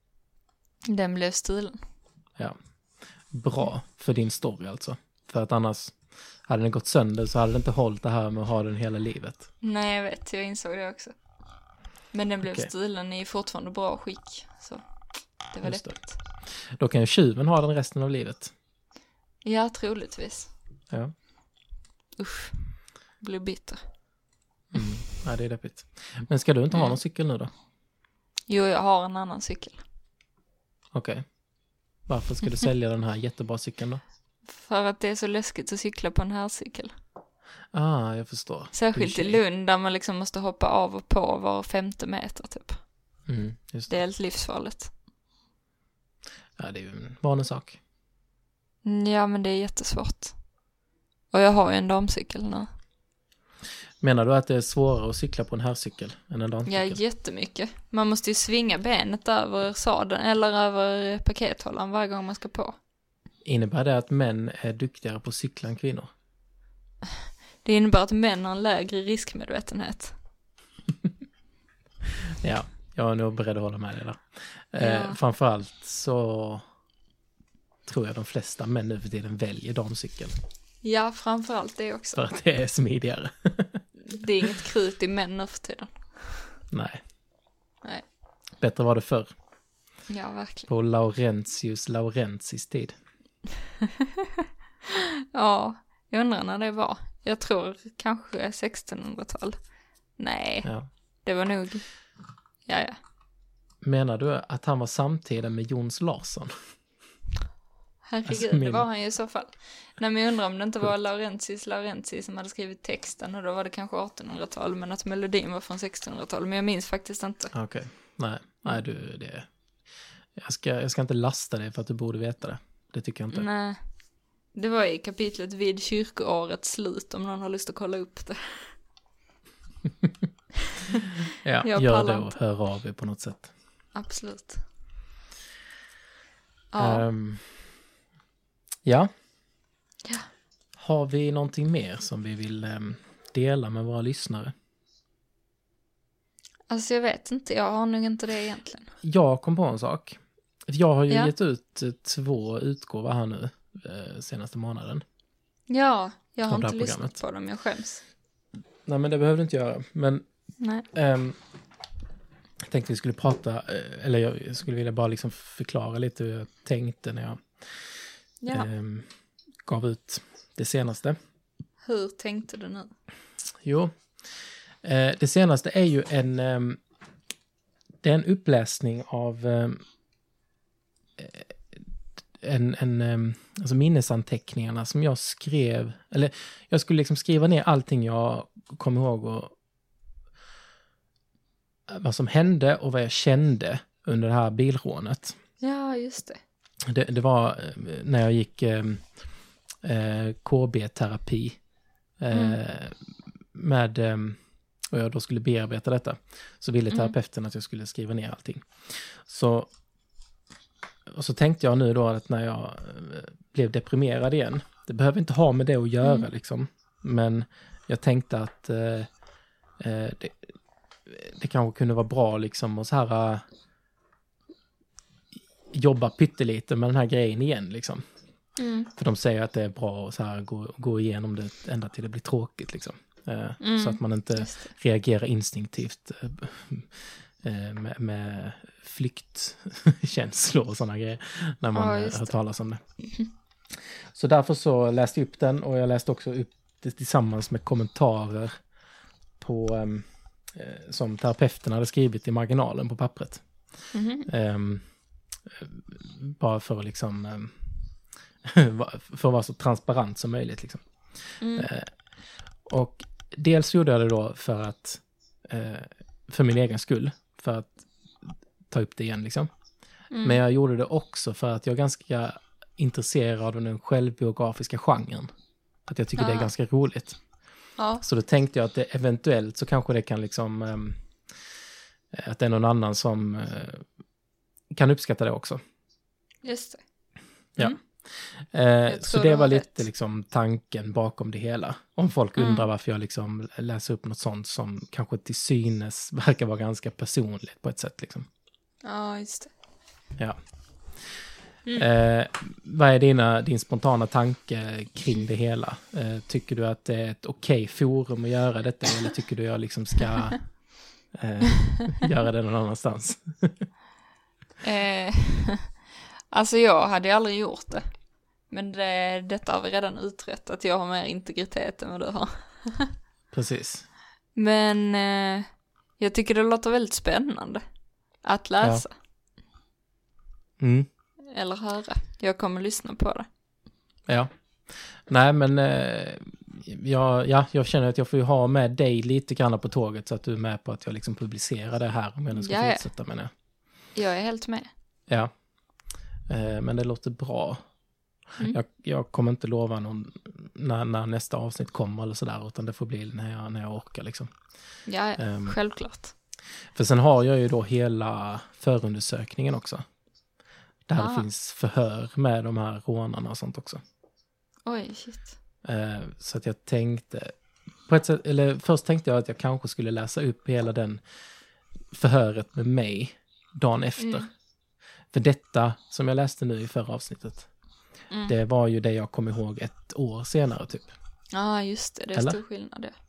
S1: Den blev stulen.
S2: Ja. Bra för din story alltså. För att annars hade den gått sönder så hade det inte hållit det här med att ha den hela livet.
S1: Nej, jag vet, jag insåg det också. Men den blev
S2: Okej.
S1: stulen i fortfarande bra skick. Så det var
S2: Just det.
S1: läppigt.
S2: Då kan ju tjuven ha den resten av livet.
S1: Ja, troligtvis.
S2: Ja.
S1: Usch. Blev bitter.
S2: Mm. Nej, det är deppigt. Men ska du inte ha
S1: Mm.
S2: någon cykel nu då?
S1: Jo, jag har en annan cykel.
S2: Okej. Okay. Varför ska du sälja den här jättebra cykeln då?
S1: För att det är så läskigt att cykla på en härcykel.
S2: Ah, jag förstår.
S1: Särskilt i Lund där man liksom måste hoppa av och på var femte meter typ.
S2: Mm, just
S1: Det
S2: det.
S1: är helt livsfarligt.
S2: Ja, det är ju en vanlig sak.
S1: Ja, men det är jättesvårt. Och jag har ju en damcykel nu.
S2: Menar du att det är svårare att cykla på en herrcykel än en damcykel?
S1: Ja, jättemycket. Man måste ju svinga benet över sadeln eller över pakethållaren varje gång man ska på.
S2: Innebär det att män är duktigare på att cykla än kvinnor?
S1: Det innebär att män har en lägre riskmedvetenhet.
S2: Ja, jag är nog beredd att hålla med dig där. Eh,
S1: Ja.
S2: framförallt så tror jag de flesta män nu för tiden väljer damcykel.
S1: Ja, framförallt det också.
S2: För att det är smidigare.
S1: Det är inget krut i män nu för tiden.
S2: Nej.
S1: Nej.
S2: Bättre var det förr.
S1: Ja, verkligen.
S2: På Laurentius Laurentis tid.
S1: Ja, jag undrar när det var. Jag tror kanske sextonhundratal. Nej,
S2: Ja.
S1: det var nog... Ja, ja.
S2: Menar du att han var samtida med Jons Larsson?
S1: Herregud,
S2: Alltså,
S1: det
S2: min-
S1: var han ju i så fall. Nej, men jag undrar om det inte var Laurentius Laurentis som hade skrivit texten och då var det kanske artonhundratal, men att melodin var från sextonhundratal, men jag minns faktiskt inte.
S2: Okej. Okay. Nej, nej du, det... Jag ska, jag ska inte lasta dig för att du borde veta det. Det tycker jag inte.
S1: Nej, det var i kapitlet vid kyrkoårets slut om någon har lust att kolla upp det.
S2: Ja,
S1: jag
S2: gör
S1: pallar
S2: det och
S1: inte.
S2: hör av er på något sätt.
S1: Absolut. Ja.
S2: Ehm, ja.
S1: Ja.
S2: Har vi någonting mer som vi vill ehm, dela med våra lyssnare?
S1: Alltså jag vet inte, jag har nog inte det egentligen.
S2: Jag kom på en sak. Jag har ju
S1: Ja.
S2: gett ut eh, två utgåvor här nu eh, senaste månaden.
S1: Ja, jag har
S2: Av det
S1: inte
S2: här
S1: lyssnat
S2: programmet.
S1: på dem, jag skäms.
S2: Nej, men det behöver du inte göra. Men
S1: Nej.
S2: ehm, jag tänkte vi skulle prata, eh, eller jag skulle vilja bara liksom förklara lite hur jag tänkte när jag
S1: Ja,
S2: ehm, gav ut det senaste.
S1: hur tänkte du nu?
S2: Jo, eh, det senaste är ju en, ehm, det är en uppläsning av ehm, eh, en, en ehm, alltså minnesanteckningarna som jag skrev, eller jag skulle liksom skriva ner allting jag kom ihåg och vad som hände och vad jag kände under det här bilrånet.
S1: Ja, just det.
S2: Det, det var eh, när jag gick eh, eh, K B-terapi eh,
S1: Mm.
S2: med, eh, och jag då skulle bearbeta detta, så ville
S1: Mm.
S2: terapeuten att jag skulle skriva ner allting. Så, och så tänkte jag nu då att när jag eh, blev deprimerad igen, det behöver inte ha med det att göra
S1: Mm.
S2: liksom, men jag tänkte att eh, eh, det, det kanske kunde vara bra liksom och så här äh, jobba pyttelite med den här grejen igen liksom.
S1: Mm.
S2: För de säger att det är bra att så här gå, gå igenom det ända till det blir tråkigt liksom. Eh,
S1: Mm.
S2: Så att man inte
S1: Just det.
S2: reagerar instinktivt eh, eh, med, med flyktkänslor och sådana grejer när man
S1: Ja,
S2: eh,
S1: just
S2: hör
S1: det.
S2: talas om det. Så därför så läste jag upp den och jag läste också upp det tillsammans med kommentarer på ehm, eh, som terapeuten hade skrivit i marginalen på pappret.
S1: Mhm.
S2: Ehm, bara för att liksom ehm, för att vara så transparent som möjligt liksom.
S1: Mm.
S2: Eh, och dels gjorde jag det då för att eh, för min egen skull, för att ta upp det igen liksom.
S1: Mm.
S2: Men jag gjorde det också för att jag är ganska intresserad av den självbiografiska genren. Att jag tycker det är
S1: Ah.
S2: ganska roligt.
S1: Ja,
S2: Så då tänkte jag att det eventuellt så kanske det kan liksom ehm, att det är någon annan som eh, kan uppskatta det också.
S1: just det.
S2: Ja.
S1: Mm.
S2: Eh,
S1: tror
S2: så
S1: du
S2: det
S1: har
S2: var
S1: rätt.
S2: lite liksom tanken bakom det hela. Om folk
S1: Mm.
S2: undrar varför jag liksom läser upp något sånt som kanske till synes verkar vara ganska personligt på ett sätt liksom.
S1: Ja, just det.
S2: Ja.
S1: Mm.
S2: Eh, vad är dina, din spontana tanke kring det hela? Eh, tycker du att det är ett okej forum att göra detta eller tycker du jag liksom ska eh, göra det någon annanstans?
S1: Eh, alltså jag hade ju aldrig gjort det. Men det, detta har vi redan utrett, att jag har mer integritet än vad du har.
S2: Precis.
S1: Men eh, jag tycker det låter väldigt spännande att läsa.
S2: Ja. Mm.
S1: Eller höra. Jag kommer lyssna på det.
S2: Ja. Nej, men eh, jag, ja, jag känner att jag får ju ha med dig lite grann på tåget så att du är med på att jag liksom publicerar det här om jag nu ska
S1: Jaja.
S2: fortsätta med det.
S1: Jag är helt med.
S2: Ja. Eh, men det låter bra.
S1: Mm.
S2: Jag, jag kommer inte lova någon när, när nästa avsnitt kommer eller sådär, utan det får bli när jag, när jag orkar liksom.
S1: Ja,
S2: Um,
S1: självklart.
S2: För sen har jag ju då hela förundersökningen också. Där
S1: Ah.
S2: det finns förhör med de här rånarna och sånt också.
S1: Oj, shit.
S2: Uh, så att jag tänkte, på ett sätt, eller först tänkte jag att jag kanske skulle läsa upp hela den förhöret med mig dagen efter.
S1: Mm.
S2: För detta som jag läste nu i förra avsnittet,
S1: Mm.
S2: det var ju det jag kom ihåg ett år senare typ.
S1: Ja, ah, just det. Det är
S2: Eller?
S1: stor skillnad det.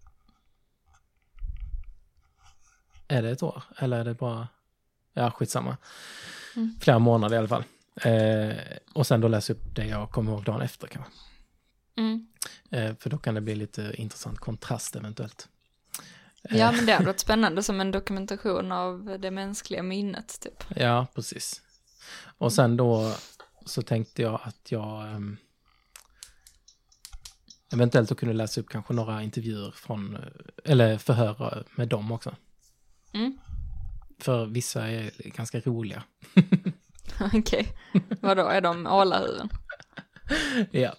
S2: Är det ett år? Eller är det bara... Ja, skitsamma.
S1: Mm.
S2: Flera månader i alla fall. Eh, och sen då läsa upp det jag kommer ihåg dagen efter kanske.
S1: Mm.
S2: Eh, för då kan det bli lite intressant kontrast eventuellt. Eh,
S1: Ja, men det har varit spännande som en dokumentation av det mänskliga minnet typ.
S2: Ja, precis. Och sen då så tänkte jag att jag um, eventuellt då kunde läsa upp kanske några intervjuer från, eller förhör med dem också.
S1: Mm.
S2: För vissa är ganska roliga.
S1: Okej. Okay. Vadå, är de ålahuvuden?
S2: Ja.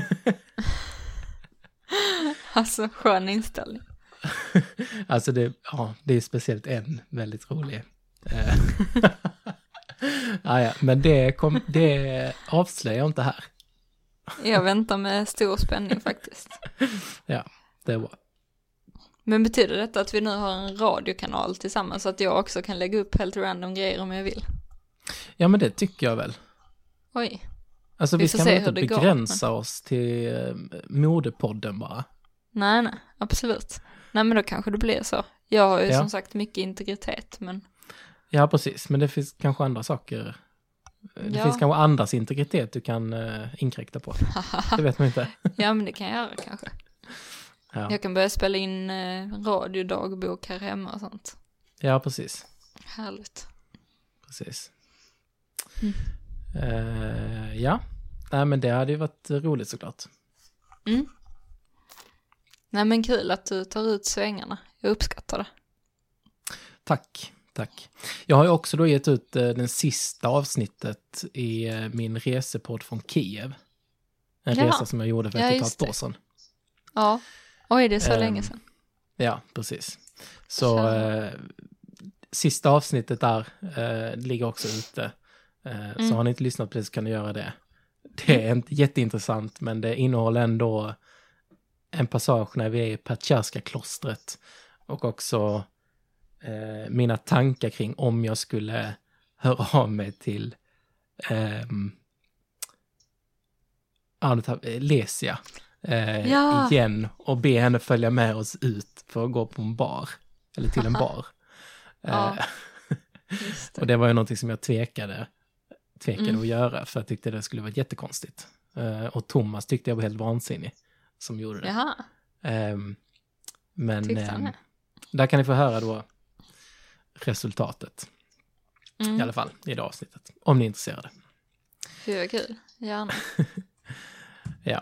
S1: Alltså, skön inställning.
S2: Alltså det, ja, det är speciellt en väldigt rolig. ah, ja, men det, kom, det avslöjar jag inte här.
S1: Jag väntar med stor spänning faktiskt.
S2: Ja, det var.
S1: Men betyder detta att vi nu har en radiokanal tillsammans så att jag också kan lägga upp helt random grejer om jag vill?
S2: Ja, men det tycker jag väl.
S1: Oj.
S2: Alltså vi,
S1: vi
S2: ska
S1: se
S2: inte
S1: hur det
S2: begränsa
S1: går, men...
S2: oss till uh, modepodden bara.
S1: Nej, nej, absolut. Nej, men då kanske det blir så. Jag har ju
S2: ja.
S1: som sagt mycket integritet, men...
S2: Ja, precis. Men det finns kanske andra saker. Det
S1: ja.
S2: finns kanske andras integritet du kan uh, inkräkta på. Det vet man inte.
S1: Ja, men det kan jag göra kanske.
S2: Ja.
S1: Jag kan börja spela in uh, radiodagbok här hemma och sånt.
S2: Ja, precis.
S1: Härligt.
S2: Precis.
S1: Mm.
S2: Uh, ja. Nej, men det hade ju varit roligt såklart.
S1: Mm. Nej, men kul att du tar ut svängarna. Jag uppskattar det.
S2: Tack, tack. Jag har ju också då gett ut uh, den sista avsnittet i uh, min resepodd från Kiev. En
S1: ja.
S2: resa som jag gjorde för
S1: ja,
S2: ett och ett halvt år sedan.
S1: Ja. Oj, det är så um, länge sedan.
S2: Ja, precis. Så uh, sista avsnittet där uh, ligger också ute. Uh, mm. Så har ni inte lyssnat på det så kan ni göra det. Det är inte jätteintressant, men det innehåller ändå en passage när vi är i Petjerska-klostret och också eh, mina tankar kring om jag skulle höra av mig till eh, Lesia eh,
S1: ja.
S2: igen och be henne följa med oss ut för att gå på en bar, eller till en bar.
S1: Ja.
S2: eh, det. Och det var ju någonting som jag tvekade tvekade mm. att göra för jag tyckte det skulle vara jättekonstigt. Uh, och Thomas tyckte jag var helt vansinnig som gjorde det.
S1: Jaha.
S2: Um, men um,
S1: det?
S2: där kan ni få höra då resultatet.
S1: Mm.
S2: I alla fall i det avsnittet. Om ni är intresserade.
S1: Hur kul. Gärna.
S2: ja.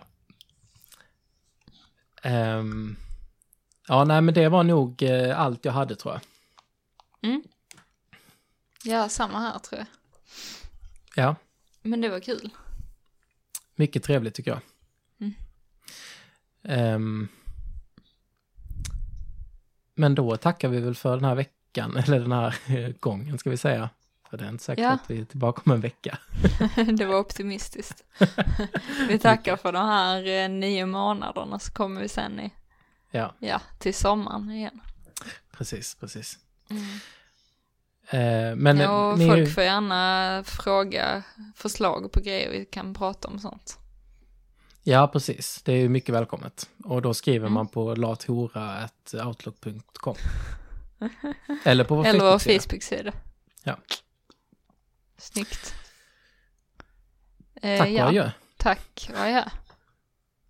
S2: Um, ja, nej men det var nog uh, allt jag hade tror jag.
S1: Mm. Ja, samma här tror jag.
S2: Ja.
S1: Men det var kul.
S2: Mycket trevligt tycker jag.
S1: Mm.
S2: Um, men då tackar vi väl för den här veckan, eller den här gången ska vi säga. För det är inte säkert
S1: ja.
S2: att vi är tillbaka om en vecka.
S1: Det var optimistiskt. Vi tackar för de här eh, nio månaderna så kommer vi sen i,
S2: ja.
S1: Ja, till sommaren igen.
S2: Precis, precis.
S1: Mm.
S2: Eh, men
S1: ja, och
S2: ni
S1: folk
S2: ju... får
S1: gärna fråga förslag på grejer vi kan prata om sånt.
S2: Ja, precis. Det är ju mycket välkommet. Och då skriver mm. man på lathora at outlook punkt com. Eller på vår
S1: Eller vår
S2: Facebook-sida.
S1: Facebook-sida.
S2: Ja.
S1: Snyggt. Eh,
S2: Tack
S1: ja.
S2: vad jag gör.
S1: Tack vad jag gör.